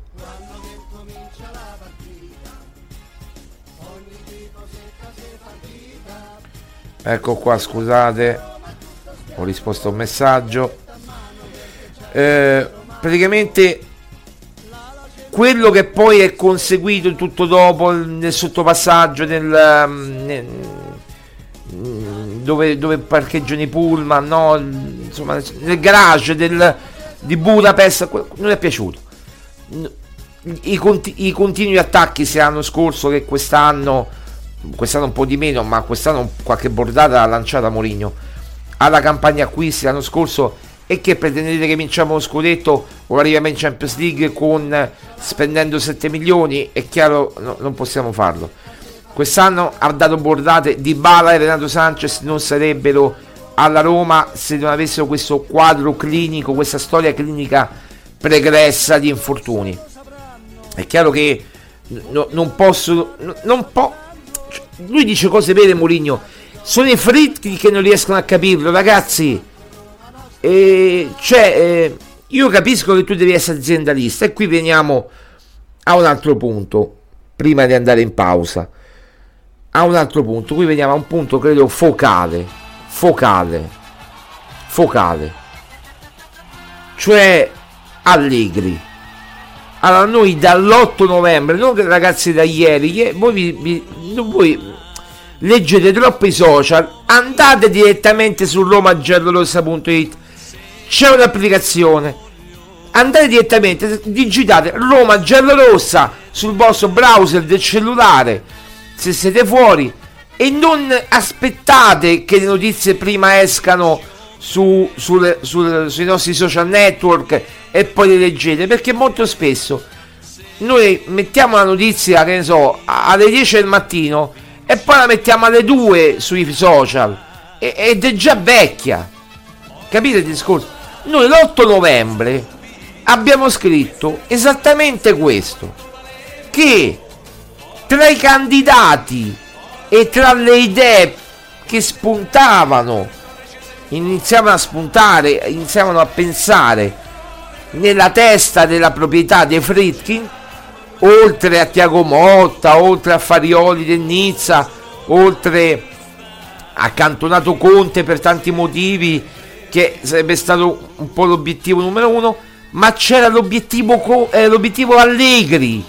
Speaker 8: Ecco qua, scusate, ho risposto a un messaggio. Eh, praticamente quello che poi è conseguito tutto dopo nel sottopassaggio, nel, nel dove, dove parcheggiano i pullman, no? Insomma, nel garage del, di Budapest, non è piaciuto. I, conti, i continui attacchi sia l'anno scorso che quest'anno, quest'anno un po' di meno, ma quest'anno qualche bordata l'ha lanciata Mourinho alla campagna acquisti l'anno scorso. E che pretendete che vinciamo lo scudetto o arriviamo in Champions League con spendendo sette milioni? È chiaro, no, non possiamo farlo. Quest'anno ha dato bordate. Dybala e Renato Sanchez non sarebbero alla Roma se non avessero questo quadro clinico, questa storia clinica pregressa di infortuni. È chiaro che no, non posso no, non po- lui dice cose vere, Mourinho. Sono i fritti che non riescono a capirlo, ragazzi. E cioè eh, io capisco che tu devi essere aziendalista, e qui veniamo a un altro punto prima di andare in pausa. A un altro punto, qui veniamo a un punto credo focale, focale, focale, cioè Allegri. Allora, noi dall'otto novembre, non che ragazzi da ieri, voi, vi, vi, voi leggete troppo i social, andate direttamente su roma giallorossa punto it. C'è un'applicazione, andate direttamente, digitate Roma Giallorossa sul vostro browser del cellulare se siete fuori, e non aspettate che le notizie prima escano su, sul, sul, sui nostri social network e poi le leggete, perché molto spesso noi mettiamo la notizia, che ne so, alle dieci del mattino e poi la mettiamo alle due sui social ed è già vecchia. Capite il discorso? Noi l'otto novembre abbiamo scritto esattamente questo, che tra i candidati e tra le idee che spuntavano, iniziavano a spuntare, iniziavano a pensare nella testa della proprietà dei Friedkin, oltre a Thiago Motta, oltre a Farioli del Nizza, oltre a accantonato Conte per tanti motivi, che sarebbe stato un po' l'obiettivo numero uno, ma c'era l'obiettivo, co- eh, l'obiettivo Allegri.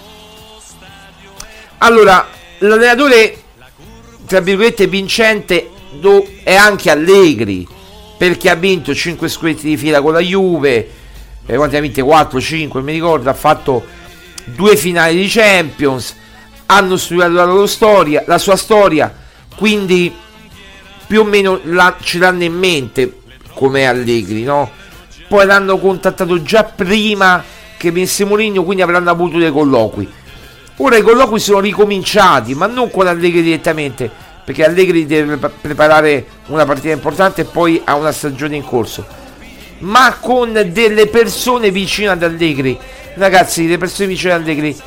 Speaker 8: Allora, l'allenatore tra virgolette vincente do- è anche Allegri, perché ha vinto cinque scudetti di fila con la Juve, eh, quanti ha vinto? quattro cinque, mi ricordo, ha fatto due finali di Champions, hanno studiato la loro storia, la sua storia, quindi più o meno la, ce l'hanno in mente come Allegri, no? Poi l'hanno contattato già prima che venisse Mourinho, quindi avranno avuto dei colloqui. Ora i colloqui sono ricominciati, ma non con Allegri direttamente, perché Allegri deve preparare una partita importante e poi ha una stagione in corso, ma con delle persone vicine ad Allegri. Ragazzi, le persone vicine ad Allegri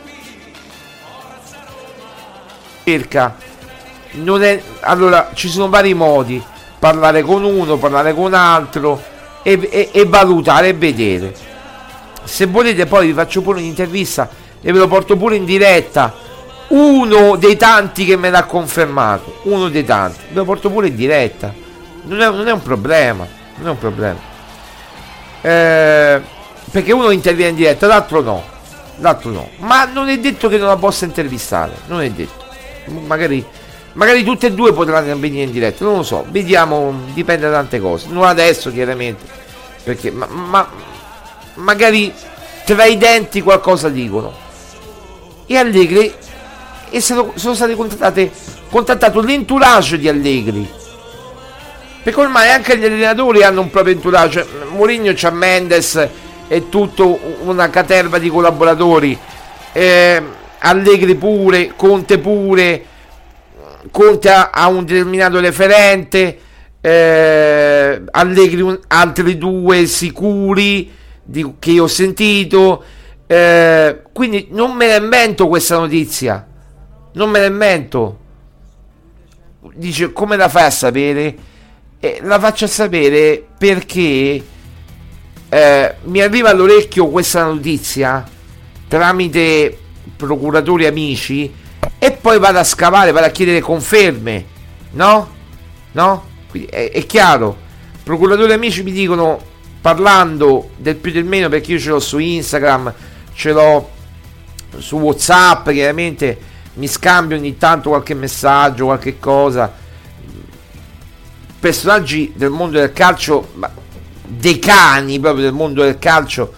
Speaker 8: cerca non è, allora ci sono vari modi: parlare con uno, parlare con un altro e, e, e valutare e vedere. Se volete poi vi faccio pure un'intervista e ve lo porto pure in diretta, uno dei tanti che me l'ha confermato, uno dei tanti, ve lo porto pure in diretta, non è, non è un problema, non è un problema, eh, perché uno interviene in diretta, l'altro no, l'altro no, ma non è detto che non la possa intervistare, non è detto, magari magari tutte e due potranno venire in diretta, non lo so, vediamo, dipende da tante cose, non adesso chiaramente, perché ma, ma magari tra i denti qualcosa dicono. E Allegri è stato, sono state contattate contattato l'entourage di Allegri, perché ormai anche gli allenatori hanno un proprio entourage. Mourinho c'ha Mendes e tutto una caterva di collaboratori, eh, Allegri pure, Conte pure. Conte ha, ha un determinato referente, eh, Allegri un, altri due sicuri di, che io ho sentito, eh, quindi non me la invento questa notizia, non me la invento. Dice, come la fai a sapere? Eh, la faccio a sapere perché eh, mi arriva all'orecchio questa notizia tramite procuratori amici e poi vado a scavare, vado a chiedere conferme, no? No? Quindi è, è chiaro, procuratori amici mi dicono, parlando del più del meno, perché io ce l'ho su Instagram, ce l'ho su WhatsApp, chiaramente mi scambio ogni tanto qualche messaggio, qualche cosa, personaggi del mondo del calcio, ma dei cani proprio del mondo del calcio.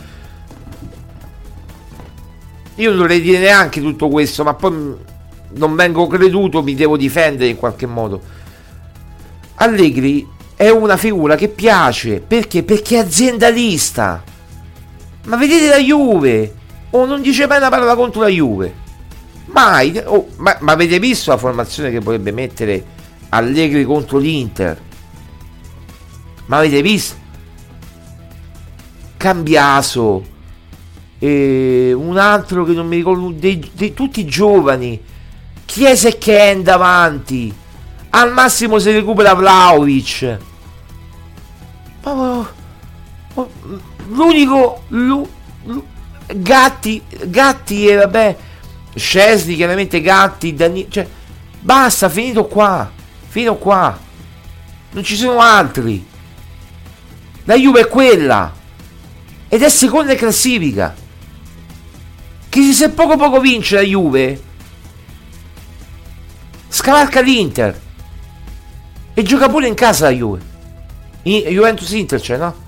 Speaker 8: Io non dovrei dire neanche tutto questo, ma poi non vengo creduto, mi devo difendere in qualche modo. Allegri è una figura che piace, perché? Perché è aziendalista. Ma vedete la Juve, o oh, non dice mai una parola contro la Juve, mai. Oh, ma, ma avete visto la formazione che vorrebbe mettere Allegri contro l'Inter? Ma avete visto? Cambiaso, e un altro che non mi ricordo, dei, dei, tutti giovani, Chiesa e Ken davanti, al massimo si recupera Vlahovic. Oh, oh, l'unico lu, lu, Gatti Gatti e vabbè, Szczesny, chiaramente Gatti, Dani, cioè basta, finito qua, finito qua, non ci sono altri. La Juve è quella ed è seconda in classifica, che se poco poco vince la Juve scavalca l'Inter e gioca pure in casa la Juve. In, Juventus Inter c'è, no?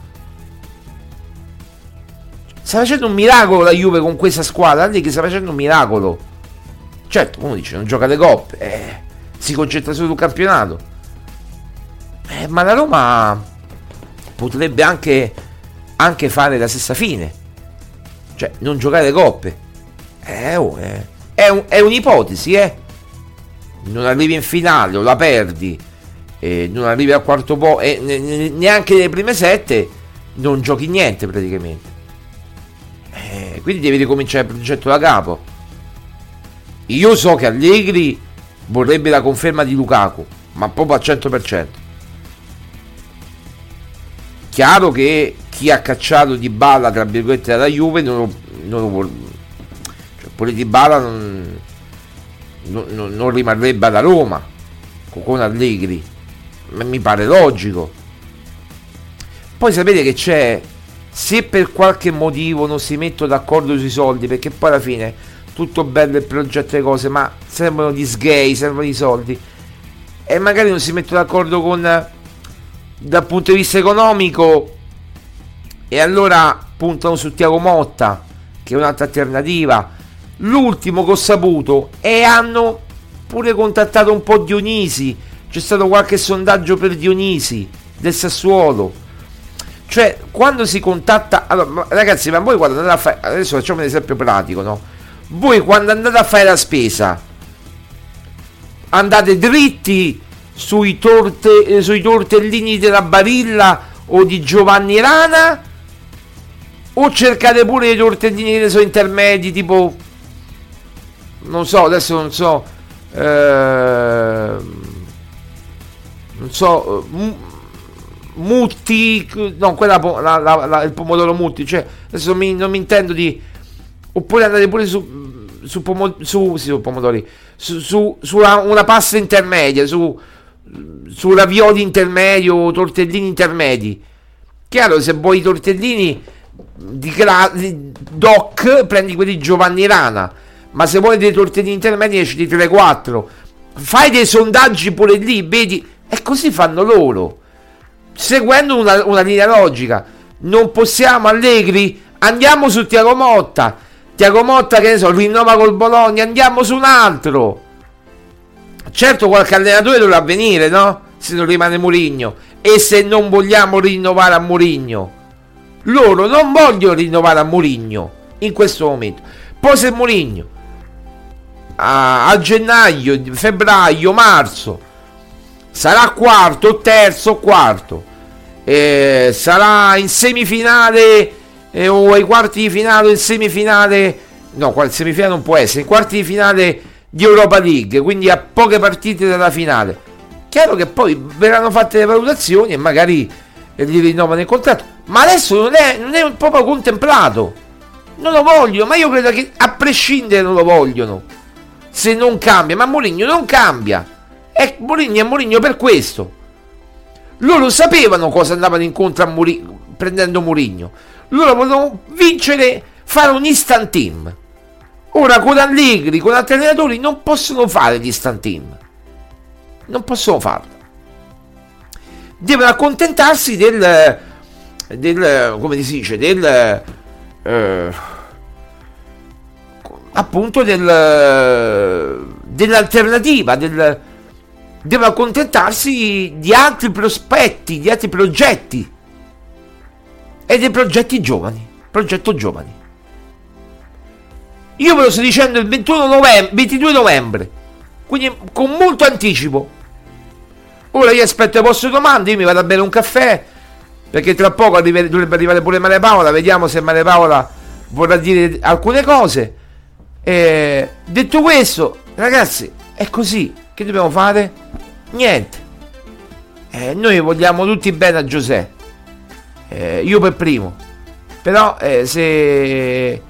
Speaker 8: Sta facendo un miracolo la Juve con questa squadra, lì che sta facendo un miracolo. Certo, uno dice non gioca le coppe, eh, si concentra solo sul campionato, eh, ma la Roma potrebbe anche, anche fare la stessa fine, cioè non giocare le coppe. Eh, oh, eh. È, un, è un'ipotesi, eh. Non arrivi in finale o la perdi, eh, non arrivi al quarto posto, e eh, neanche nelle prime sette non giochi niente praticamente. Eh, quindi devi ricominciare il progetto da capo. Io so che Allegri vorrebbe la conferma di Lukaku, ma proprio al cento per cento. Chiaro che chi ha cacciato Dybala tra virgolette dalla Juve non lo, non lo vuole, cioè pure Dybala non, non, non rimarrebbe alla Roma con Allegri, ma mi pare logico. Poi sapete che c'è, se per qualche motivo non si mettono d'accordo sui soldi, perché poi alla fine tutto bello il progetto e le cose, ma servono gli sgay, servono i soldi, e magari non si mettono d'accordo con dal punto di vista economico, e allora puntano su Thiago Motta, che è un'altra alternativa. L'ultimo che ho saputo, e hanno pure contattato un po' Dionisi, c'è stato qualche sondaggio per Dionisi del Sassuolo. Cioè, quando si contatta, allora, ragazzi, ma voi quando andate a fare, adesso facciamo un esempio pratico, no? Voi quando andate a fare la spesa andate dritti sui, torte, eh, sui tortellini della Barilla o di Giovanni Rana, o cercate pure i tortellini che sono intermedi, tipo non so, adesso non so eh, non so m- Mutti, no, quella la, la, la, il pomodoro Mutti, cioè adesso non mi, non mi intendo di, oppure andate pure su su, pomo, su, sì, su pomodori su, su, su una, una pasta intermedia, su su ravioli intermedio, tortellini intermedi. Chiaro, se vuoi i tortellini di, gra- di doc, prendi quelli di Giovanni Rana, ma se vuoi dei tortellini intermedi esci di tre quattro. Fai dei sondaggi pure lì, vedi, e così fanno loro, seguendo una, una linea logica. Non possiamo, Allegri, andiamo su Thiago Motta, Thiago Motta che ne so, rinnova col Bologna, andiamo su un altro. Certo qualche allenatore dovrà venire, no? Se non rimane Mourinho, e se non vogliamo rinnovare a Mourinho, loro non vogliono rinnovare a Mourinho in questo momento. Poi se Mourinho a, a gennaio, febbraio, marzo sarà quarto, terzo, quarto, eh, sarà in semifinale eh, o ai quarti di finale, in semifinale, no, qual semifinale non può essere, in quarti di finale di Europa League, quindi a poche partite dalla finale. Chiaro che poi verranno fatte le valutazioni e magari e gli rinnovano il contratto, ma adesso non è, non è proprio contemplato, non lo voglio, ma io credo che a prescindere non lo vogliono se non cambia, ma Mourinho non cambia, è Mourinho è Mourinho per questo. Loro sapevano cosa andavano incontro a Mourinho prendendo Mourinho, loro volevano vincere, fare un instant team. Ora con Allegri, con altri allenatori non possono fare gli instant team, non possono farlo, devono accontentarsi del, del come si dice, del eh, appunto del dell'alternativa, del, devono accontentarsi di altri prospetti, di altri progetti e dei progetti giovani, progetto giovani. Io ve lo sto dicendo il ventuno novembre, ventidue novembre, quindi con molto anticipo. Ora io aspetto le vostre domande, io mi vado a bere un caffè, perché tra poco arriva, dovrebbe arrivare pure Maria Paola, vediamo se Maria Paola vorrà dire alcune cose. E detto questo, ragazzi, è così, che dobbiamo fare? Niente. Eh, noi vogliamo tutti bene a Giuseppe, eh, io per primo, però eh, se...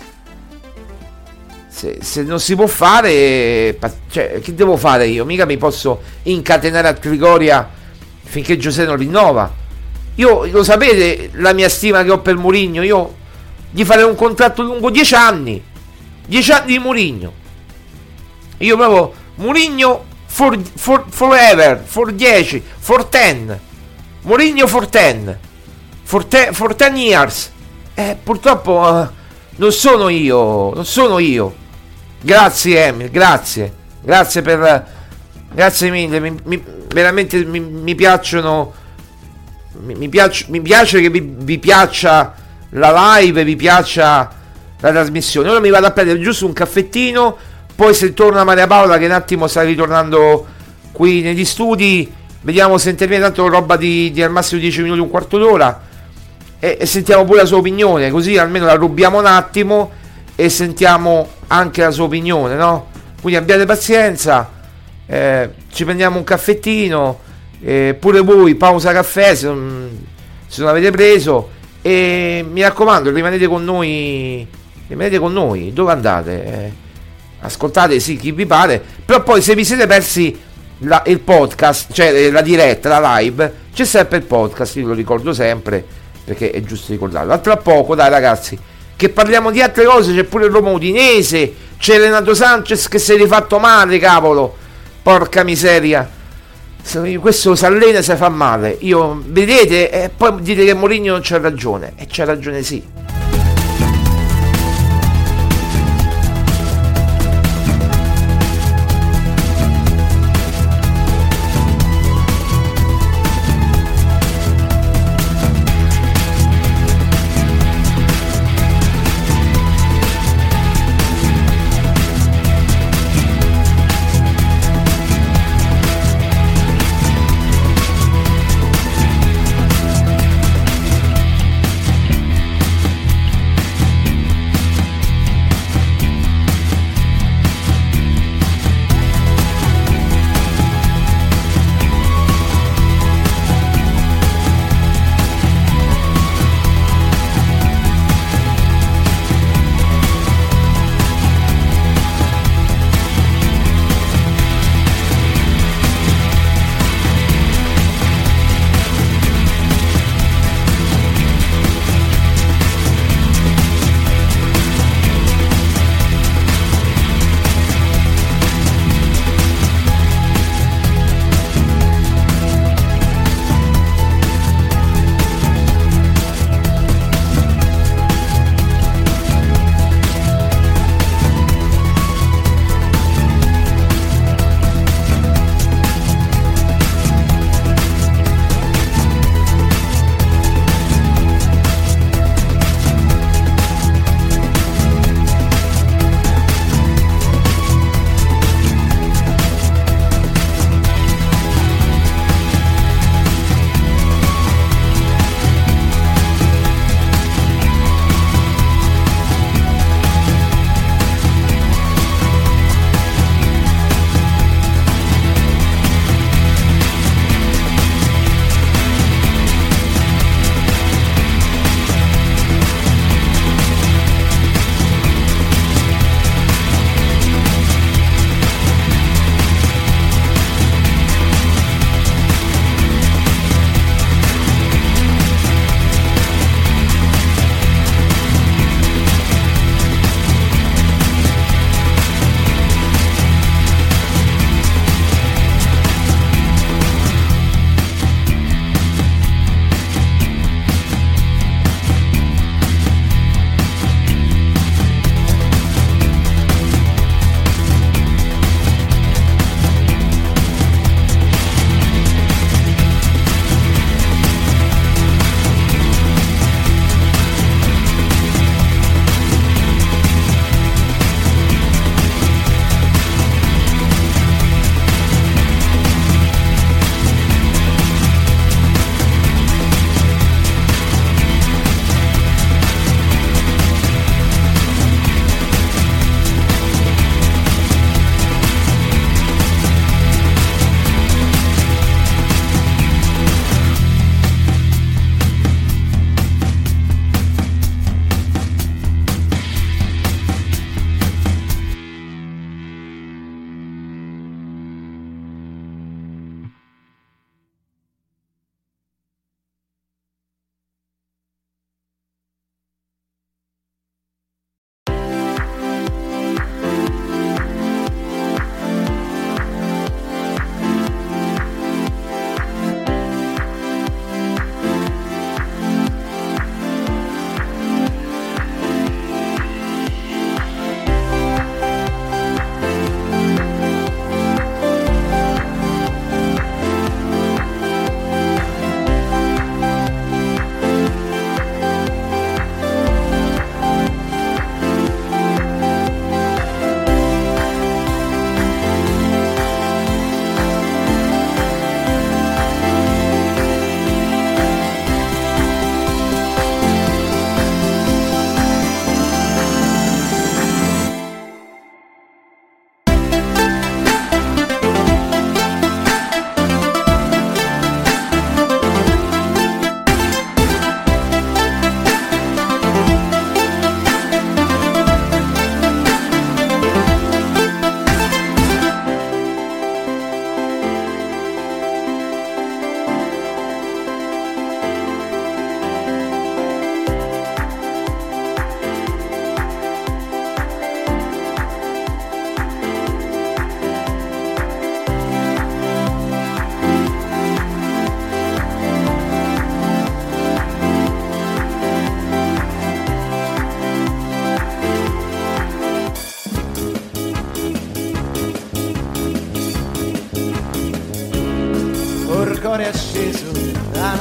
Speaker 8: Se, se non si può fare, cioè, che devo fare io? Mica mi posso incatenare a Trigoria finché Giuseppe non rinnova. Io, lo sapete la mia stima che ho per Mourinho, io gli farei un contratto lungo dieci anni, dieci anni di Mourinho. Io proprio Mourinho for, for, forever, for dieci, for ten, Mourinho for ten, for ten, for ten years. Eh, purtroppo uh, non sono io, non sono io. Grazie Emil, grazie, grazie per, grazie mille, mi, mi, veramente mi, mi piacciono, mi, mi, piace, mi piace che vi, vi piaccia la live, vi piaccia la trasmissione. Ora mi vado a prendere giusto un caffettino, poi se torna Maria Paola, che un attimo sta ritornando qui negli studi, vediamo se interviene, tanto roba di, di al massimo dieci minuti, un quarto d'ora, e, e sentiamo pure la sua opinione, così almeno la rubiamo un attimo e sentiamo anche la sua opinione, no? Quindi abbiate pazienza, eh, ci prendiamo un caffettino, eh, pure voi pausa caffè se non, se non avete preso, e mi raccomando rimanete con noi, rimanete con noi, dove andate? Eh, ascoltate sì chi vi pare, però poi se vi siete persi la, il podcast, cioè la diretta, la live, c'è sempre il podcast, io lo ricordo sempre perché è giusto ricordarlo. Tra poco, dai ragazzi, che parliamo di altre cose, c'è pure il Roma Udinese, c'è Renato Sanchez che si è rifatto male, cavolo, porca miseria, questo si allena e si fa male, io vedete, e poi dite che Mourinho non c'ha ragione, e c'ha ragione sì.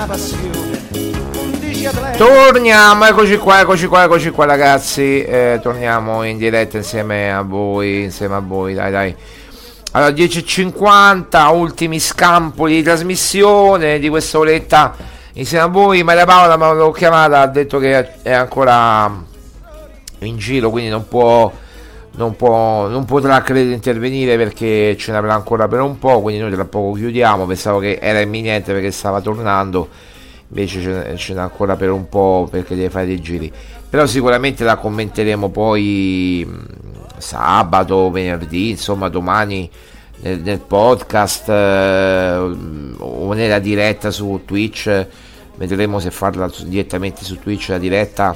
Speaker 6: una passione, undici atleti.
Speaker 8: Torniamo, eccoci qua, eccoci qua, eccoci qua ragazzi, eh, torniamo in diretta insieme a voi, insieme a voi, dai dai. Allora, dieci e cinquanta, ultimi scampoli di trasmissione di questa oretta insieme a voi. Maria Paola mi l'ho chiamata, ha detto che è ancora in giro, quindi non può, non può, non potrà credo intervenire perché ce n'avrà ancora per un po', quindi noi tra poco chiudiamo. Pensavo che era imminente perché stava tornando, invece ce, ce n'è ancora per un po' perché deve fare dei giri, però sicuramente la commenteremo poi sabato, venerdì, insomma domani nel, nel podcast eh, o nella diretta su Twitch. Vedremo se farla direttamente su Twitch la diretta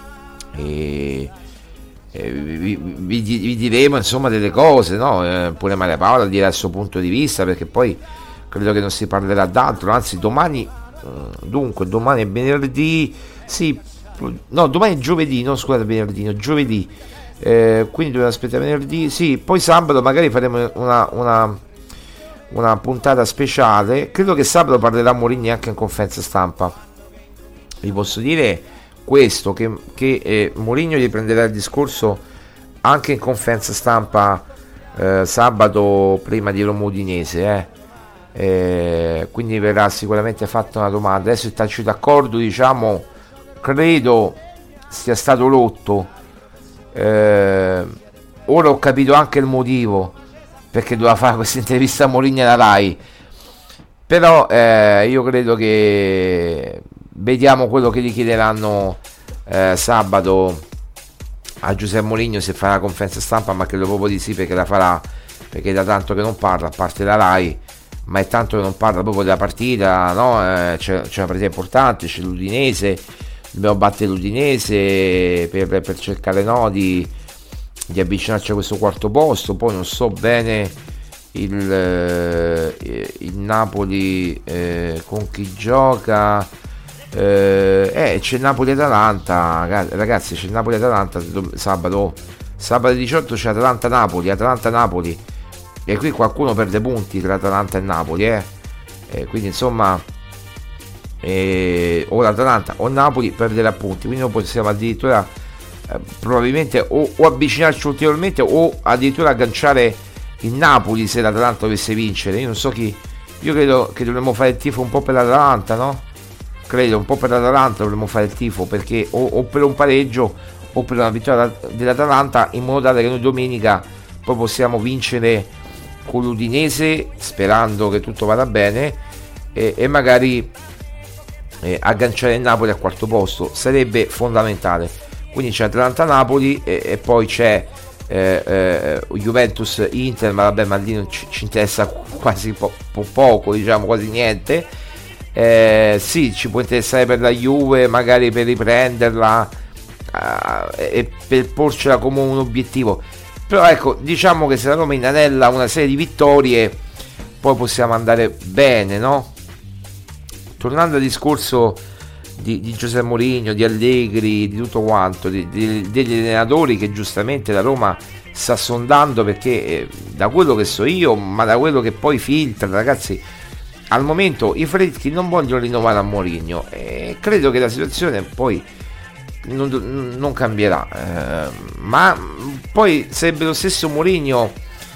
Speaker 8: e, e vi, vi, vi diremo insomma delle cose, no? Eh, pure Maria Paola dirà il suo punto di vista, perché poi credo che non si parlerà d'altro, anzi domani dunque domani è venerdì, sì, no domani è giovedì, no scusate venerdì, no, giovedì, eh, quindi dobbiamo aspettare venerdì, sì, poi sabato magari faremo una, una, una puntata speciale. Credo che sabato parlerà Mourinho anche in conferenza stampa. Vi posso dire questo, che, che eh, Mourinho riprenderà il discorso anche in conferenza stampa eh, sabato prima di Roma Udinese, eh. Eh, quindi verrà sicuramente fatta una domanda. Adesso il tacito d'accordo, diciamo, credo sia stato rotto. Eh, ora ho capito anche il motivo perché doveva fare questa intervista a Mourinho alla Rai, però eh, io credo che vediamo quello che gli chiederanno eh, sabato a Giuseppe Mourinho, se farà la conferenza stampa, ma credo proprio di sì, perché la farà, perché da tanto che non parla, a parte la Rai, ma è tanto che non parla proprio della partita, no? Eh, c'è, c'è una partita importante, c'è l'Udinese, dobbiamo battere l'Udinese per, per cercare, no, di, di avvicinarci a questo quarto posto. Poi non so bene il, eh, il Napoli eh, con chi gioca, eh, eh, c'è Napoli-Atalanta, ragazzi, c'è Napoli-Atalanta sabato, sabato diciotto c'è Atalanta-Napoli, Atalanta-Napoli, e qui qualcuno perde punti tra Atalanta e Napoli, eh? Eh, quindi insomma eh, o l'Atalanta o Napoli perderà punti, quindi noi possiamo addirittura eh, probabilmente o, o avvicinarci ulteriormente o addirittura agganciare il Napoli se l'Atalanta dovesse vincere. Io non so chi, io credo che dovremmo fare il tifo un po' per l'Atalanta, no? Credo un po' per l'Atalanta dovremmo fare il tifo, perché o, o per un pareggio o per una vittoria dell'Atalanta, in modo tale che noi domenica poi possiamo vincere con l'Udinese, sperando che tutto vada bene, e, e magari eh, agganciare il Napoli al quarto posto. Sarebbe fondamentale. Quindi c'è Atalanta-Napoli e, e poi c'è eh, eh, Juventus-Inter, ma vabbè, ma lì non ci, ci interessa quasi po- po- poco, diciamo quasi niente. Eh, sì, ci può interessare per la Juve, magari per riprenderla eh, e per porcela come un obiettivo. Però ecco, diciamo che se la Roma inanella una serie di vittorie, poi possiamo andare bene, no? Tornando al discorso di, di Giuseppe Mourinho, di Allegri, di tutto quanto, di, di, degli allenatori che giustamente la Roma sta sondando, perché eh, da quello che so io, ma da quello che poi filtra, ragazzi, al momento i Fredkin non vogliono rinnovare a Mourinho, e credo che la situazione poi non, non cambierà, eh, ma poi sarebbe lo stesso Mourinho,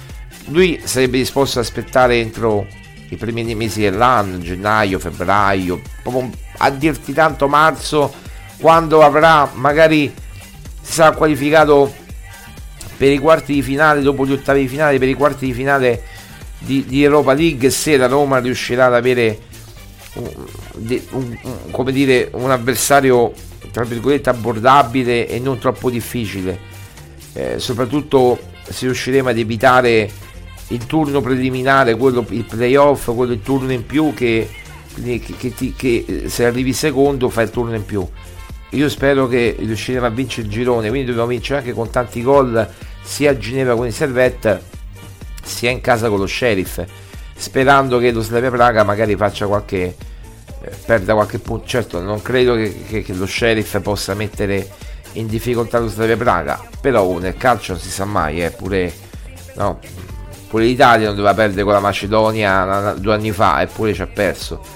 Speaker 8: lui sarebbe disposto ad aspettare entro i primi mesi dell'anno, gennaio, febbraio, proprio a dirti tanto marzo, quando avrà magari si sarà qualificato per i quarti di finale, dopo gli ottavi di finale, per i quarti di finale di, di Europa League, se la Roma riuscirà ad avere un, un, un, come dire, un avversario tra virgolette abbordabile e non troppo difficile, eh, soprattutto se riusciremo ad evitare il turno preliminare, quello, il playoff, quello il turno in più, che, che, che, che, che se arrivi secondo fai il turno in più. Io spero che riusciremo a vincere il girone, quindi dobbiamo vincere anche con tanti gol, sia a Ginevra con il Servette sia in casa con lo Sheriff, sperando che lo Slavia Praga magari faccia qualche eh, perda qualche punto. Certo, non credo che, che, che lo Sheriff possa mettere in difficoltà lo Slavia Praga, però nel calcio non si sa mai, eh, pure no, pure l'Italia non doveva perdere con la Macedonia due anni fa, eppure ci ha perso.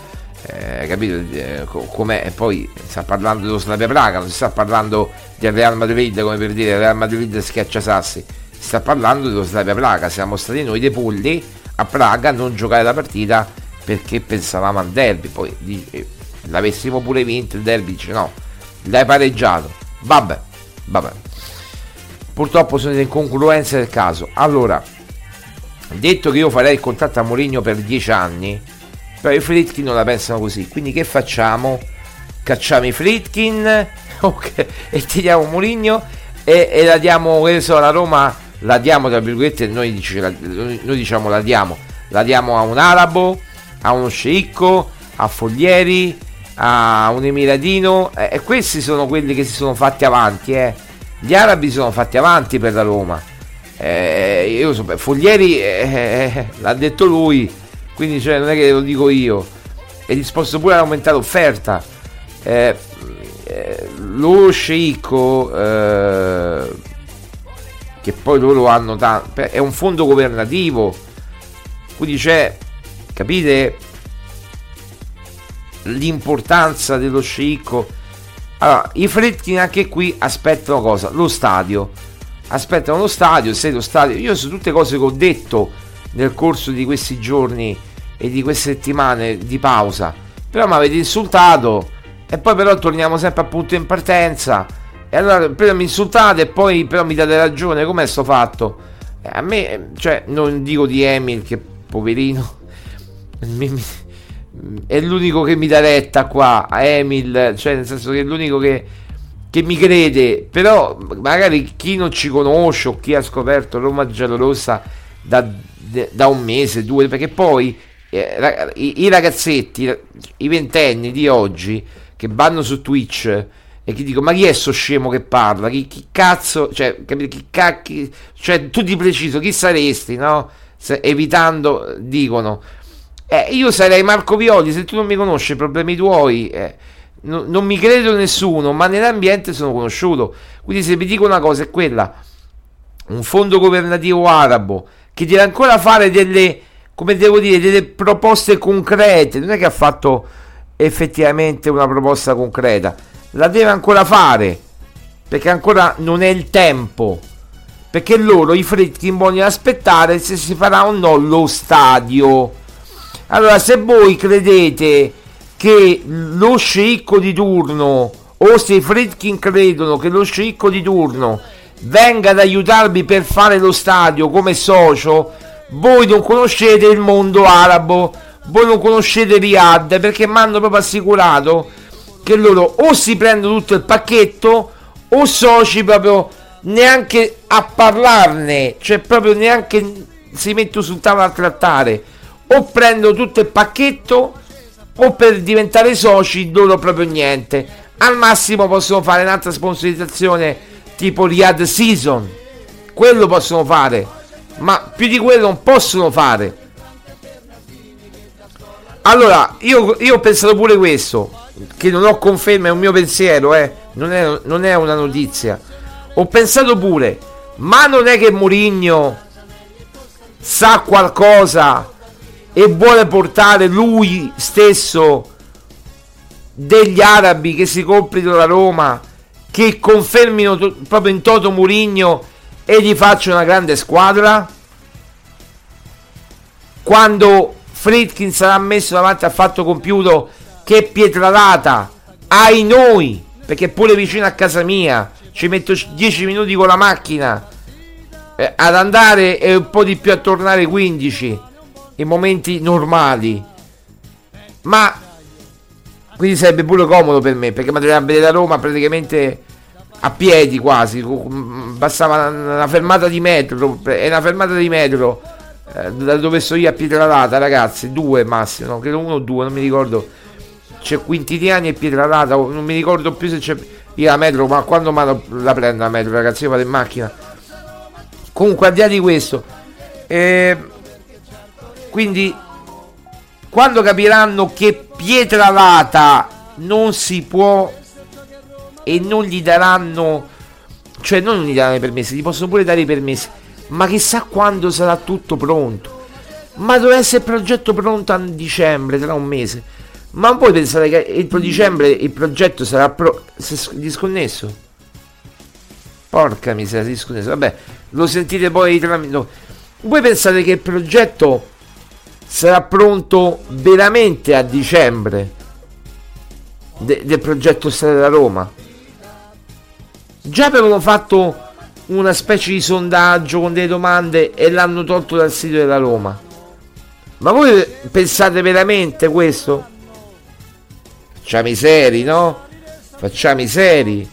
Speaker 8: eh, capito eh, com'è. E poi sta parlando dello Slavia Praga, non si sta parlando del Real Madrid, come per dire Real Madrid schiaccia sassi, si sta parlando dello Slavia Praga. Siamo stati noi dei polli a Praga a non giocare la partita perché pensavamo al derby, poi eh, l'avessimo pure vinto il derby, dice no, l'hai pareggiato, vabbè, vabbè. Purtroppo sono le incongruenze del caso. Allora, detto che io farei il contratto a Mourinho per dieci anni, però i Friedkin non la pensano così, quindi che facciamo? Cacciamo i Friedkin, okay, e tiriamo Mourinho e, e la diamo, che so, la Roma la diamo tra virgolette, noi, dice, la, noi diciamo la diamo la diamo a un arabo, a uno sceicco, a Foglieri, a un emiratino, e eh, questi sono quelli che si sono fatti avanti, eh. Gli arabi si sono fatti avanti per la Roma, eh, io so, Foglieri eh, eh, l'ha detto lui, quindi cioè, non è che lo dico io, è disposto pure ad aumentare l'offerta, eh, eh, lo sceicco eh, che poi loro hanno tanto, è un fondo governativo, quindi c'è, capite l'importanza dello sceicco. Allora, i Friedkin anche qui aspettano cosa? Lo stadio. Aspettano lo stadio, se lo stadio. Io su tutte cose che ho detto nel corso di questi giorni e di queste settimane di pausa, però mi avete insultato e poi però torniamo sempre al punto in partenza. E allora prima mi insultate e poi però mi date ragione. Com'è sto fatto? Eh, a me, cioè, non dico di Emil, che poverino mi, mi, è l'unico che mi dà retta qua, a Emil, cioè nel senso che è l'unico che, che mi crede, però magari chi non ci conosce o chi ha scoperto Roma giallorossa da, da un mese, due, perché poi eh, i, i ragazzetti, i ventenni di oggi che vanno su Twitch e chi dico ma chi è sto scemo che parla, chi, chi cazzo, cioè capite, chi cacchi, cioè tu di preciso chi saresti, no? Se, evitando dicono Eh, io sarei Marco Violi, se tu non mi conosci i problemi tuoi, eh, no, non mi credo nessuno, ma nell'ambiente sono conosciuto. Quindi se vi dico una cosa è quella, un fondo governativo arabo che deve ancora fare delle, come devo dire, delle proposte concrete, non è che ha fatto effettivamente una proposta concreta, la deve ancora fare, perché ancora non è il tempo, perché loro, i Friedkin, vogliono aspettare se si farà o no lo stadio. Allora, se voi credete che lo sceicco di turno, o se i Friedkin credono che lo sceicco di turno venga ad aiutarvi per fare lo stadio come socio, voi non conoscete il mondo arabo, voi non conoscete Riyadh, perché mi hanno proprio assicurato che loro o si prendono tutto il pacchetto o soci proprio neanche a parlarne, cioè proprio neanche si mettono sul tavolo a trattare. O prendo tutto il pacchetto o per diventare soci loro proprio niente. Al massimo possono fare un'altra sponsorizzazione tipo Riyadh Season, quello possono fare, ma più di quello non possono fare. Allora io, io ho pensato pure questo, che non ho conferma, è un mio pensiero, eh, non è, non è una notizia. Ho pensato pure, ma non è che Mourinho sa qualcosa e vuole portare lui stesso degli arabi che si comprino la Roma, che confermino to- proprio in toto Mourinho e gli faccia una grande squadra? Quando Friedkin sarà messo davanti al fatto compiuto che Pietralata, ai noi, perché pure vicino a casa mia, ci metto dieci minuti con la macchina eh, ad andare e un po' di più a tornare quindici in momenti normali, ma quindi sarebbe pure comodo per me, perché mi dovrei vedere a Roma praticamente a piedi quasi, bastava una fermata di metro, è una fermata di metro eh, da dove sto io a Pietralata, ragazzi, due massimo, no, credo uno o due, non mi ricordo, c'è Quintiliani e Pietralata, non mi ricordo più se c'è io la metro, ma quando la prendo la metro, ragazzi, io vado in macchina. Comunque al di là di questo, eh, quindi quando capiranno che Pietralata non si può e non gli daranno, cioè non gli daranno i permessi, gli possono pure dare i permessi, ma chissà quando sarà tutto pronto. Ma doveva essere il progetto pronto a dicembre, tra un mese. Ma voi pensate che entro dicembre il progetto sarà pro- disconnesso? Porca miseria, disconnesso. Vabbè, lo sentite poi tramite. Voi pensate che il progetto sarà pronto veramente a dicembre de- del progetto Strade della Roma? Già avevano fatto una specie di sondaggio con delle domande e l'hanno tolto dal sito della Roma. Ma voi pensate veramente questo? Facciamo i seri, no? Facciamo i seri.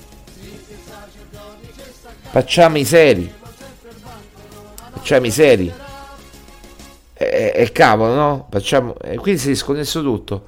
Speaker 8: Facciamo i seri. Facciamo i seri. E, e cavolo, no? Facciamo. E qui si è sconnesso tutto.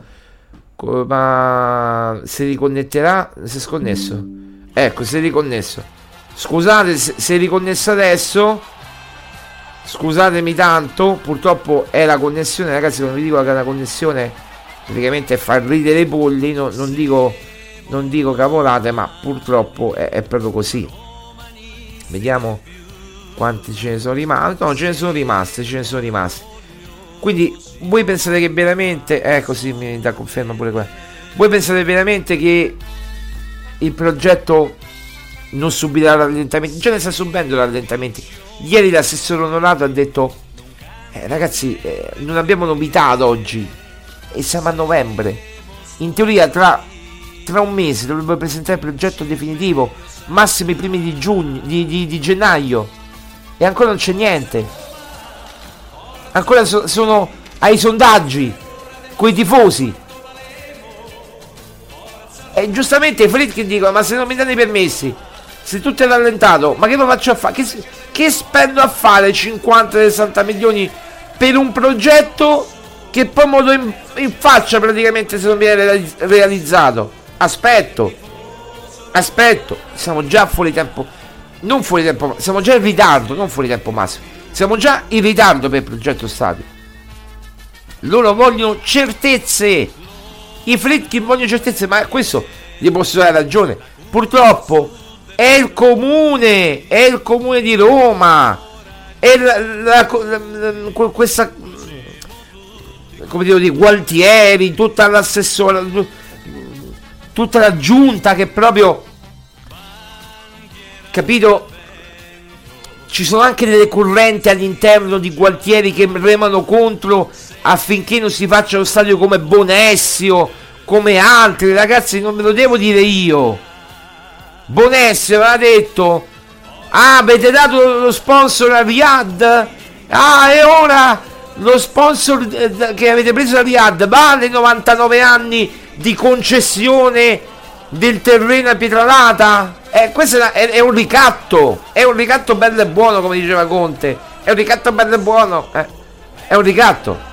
Speaker 8: Ma si riconnetterà? Si è sconnesso. Ecco, si è riconnesso. Scusate, si è riconnesso adesso. Scusatemi tanto. Purtroppo è la connessione, ragazzi. Non vi dico che è una connessione praticamente far ridere i polli, no, non dico non dico cavolate, ma purtroppo è, è proprio così. Vediamo quanti ce ne sono rimasti. No, ce ne sono rimasti, ce ne sono rimasti. Quindi voi pensate che veramente, ecco sì, mi dà conferma pure qua. Voi pensate veramente che il progetto non subirà rallentamenti? Già ne sta subendo rallentamenti. Ieri l'assessore onorato ha detto eh, ragazzi, eh, non abbiamo novità ad oggi e siamo a novembre. In teoria tra, tra un mese dovrebbero presentare il progetto definitivo, massimo i primi di giugno, di, di, di gennaio, e ancora non c'è niente. Ancora so, sono ai sondaggi coi tifosi. E giustamente i Friedkin dicono: ma se non mi danno i permessi, se tutto è rallentato, ma che lo faccio a fare? Che, che spendo a fare cinquanta sessanta milioni per un progetto che poi mo do in, in faccia praticamente se non viene realizzato? Aspetto, aspetto, siamo già fuori tempo, non fuori tempo, siamo già in ritardo, non fuori tempo massimo, siamo già in ritardo per il progetto stadio. Loro vogliono certezze, i Friedkin vogliono certezze, ma questo gli posso dare ragione. Purtroppo è il comune, è il comune di Roma, è la, la, la, la, questa, come devo dire, Gualtieri, tutta l'assessora, tutta la giunta che proprio, capito, ci sono anche delle correnti all'interno di Gualtieri che remano contro affinché non si faccia lo stadio come Bonessio, come altri. Ragazzi, non ve lo devo dire io. Bonessio aveva detto: ah, avete dato lo sponsor a Riyadh, ah, e ora lo sponsor che avete preso da Riyadh vale novantanove anni di concessione del terreno a Pietralata. Eh, questo è, è, è un ricatto, è un ricatto bello e buono, come diceva Conte, è un ricatto bello e buono, eh. È un ricatto.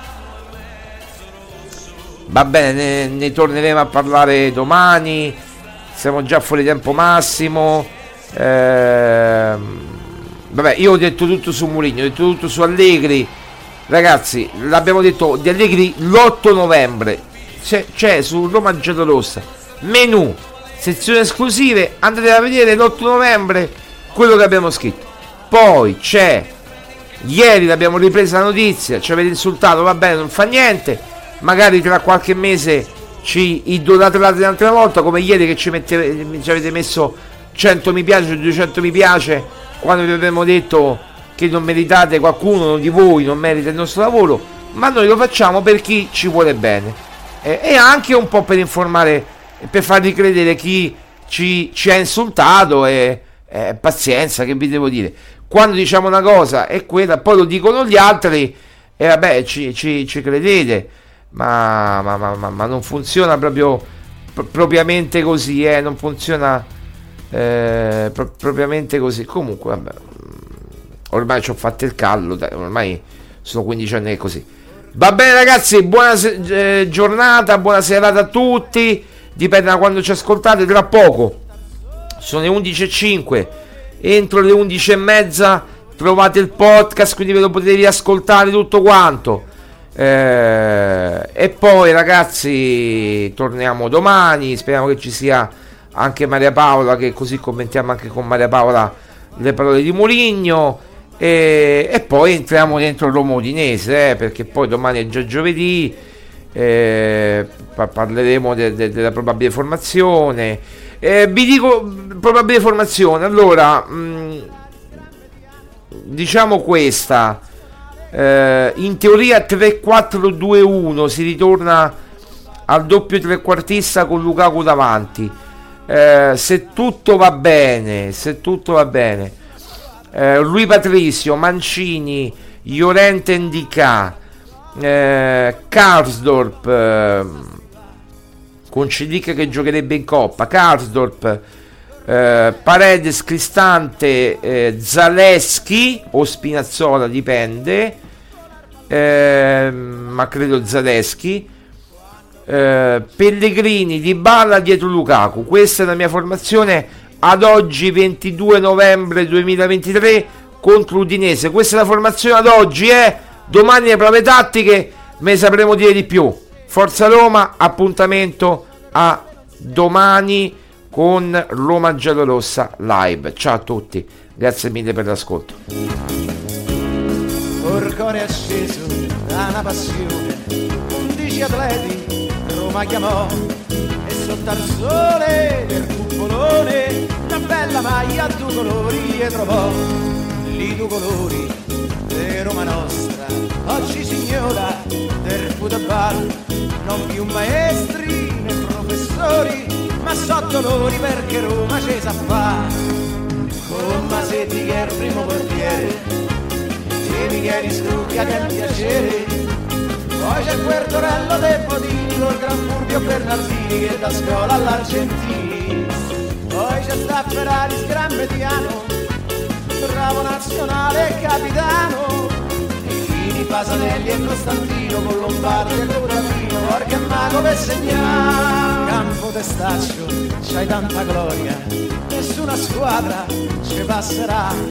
Speaker 8: Va bene, ne, ne torneremo a parlare domani, siamo già fuori tempo massimo. eh, vabbè, io ho detto tutto su Mourinho, ho detto tutto su Allegri. Ragazzi, l'abbiamo detto di Allegri l'otto novembre, c'è, c'è su Roma Giallorossa menù, sezioni esclusive, andate a vedere l'otto novembre quello che abbiamo scritto. Poi c'è, ieri l'abbiamo ripresa la notizia, ci avete insultato, va bene, non fa niente, magari tra qualche mese ci idolatrate un'altra volta, come ieri che ci, mette, ci avete messo cento mi piace, duecento mi piace quando vi abbiamo detto che non meritate, qualcuno di voi non merita il nostro lavoro, ma noi lo facciamo per chi ci vuole bene, e, e anche un po' per informare, per farvi credere chi ci, ci ha insultato. E eh, pazienza, che vi devo dire, quando diciamo una cosa è quella, poi lo dicono gli altri e vabbè, ci, ci, ci credete, ma, ma, ma, ma, ma non funziona proprio pr- propriamente così, eh, non funziona eh, pr- propriamente così. Comunque vabbè, ormai ci ho fatto il callo, dai, ormai sono quindici anni che è così. Va bene ragazzi, buona se- eh, giornata, buona serata a tutti, dipende da quando ci ascoltate. Tra poco sono le undici e cinque, entro le undici e mezza trovate il podcast, quindi ve lo potete riascoltare tutto quanto, eh, e poi ragazzi torniamo domani, speriamo che ci sia anche Maria Paola, che così commentiamo anche con Maria Paola le parole di Mourinho. E, e poi entriamo dentro Roma Udinese, eh, perché poi domani è già giovedì eh, parleremo de, de, della probabile formazione. Eh, vi dico probabile formazione, allora mh, diciamo questa, eh, in teoria tre quattro due uno, si ritorna al doppio trequartista con Lukaku davanti, eh, se tutto va bene, se tutto va bene, eh, Rui Patricio, Mancini, Llorente Ndicà, eh, Karsdorp, eh, con Celic che giocherebbe in Coppa, Karsdorp, eh, Paredes, Cristante, eh, Zaleschi o Spinazzola, dipende, eh, ma credo Zaleschi, eh, Pellegrini, Dybala dietro Lukaku. Questa è la mia formazione ad oggi ventidue novembre duemilaventitré contro Udinese. Questa è la formazione ad oggi, eh? Domani le prove tattiche me ne sapremo dire di più. Forza Roma, appuntamento a domani con Roma Giallorossa live. Ciao a tutti, grazie mille per l'ascolto.
Speaker 6: Orcore acceso da una passione, undici atleti Roma chiamò, e sotto al sole del cupolone una bella maglia a due colori e trovò. Lì due colori di Roma nostra, oggi signora del football, non più maestri né professori, ma so dolori perché Roma ci sa fa. Con Masetti che è il primo portiere, e Micheli Scrucchia che è un piacere, poi c'è Quertorello De Bodini, col gran Furbio Bernardini che da scuola all'Argentini, poi c'è sta Ferrari Gran Mediano, bravo nazionale e capitano, Fini, Pasanelli e Costantino, con Lombardi e Cotapino, Orca e Mago per segnare. Campo Testaccio, c'hai tanta gloria, nessuna squadra ci passerà,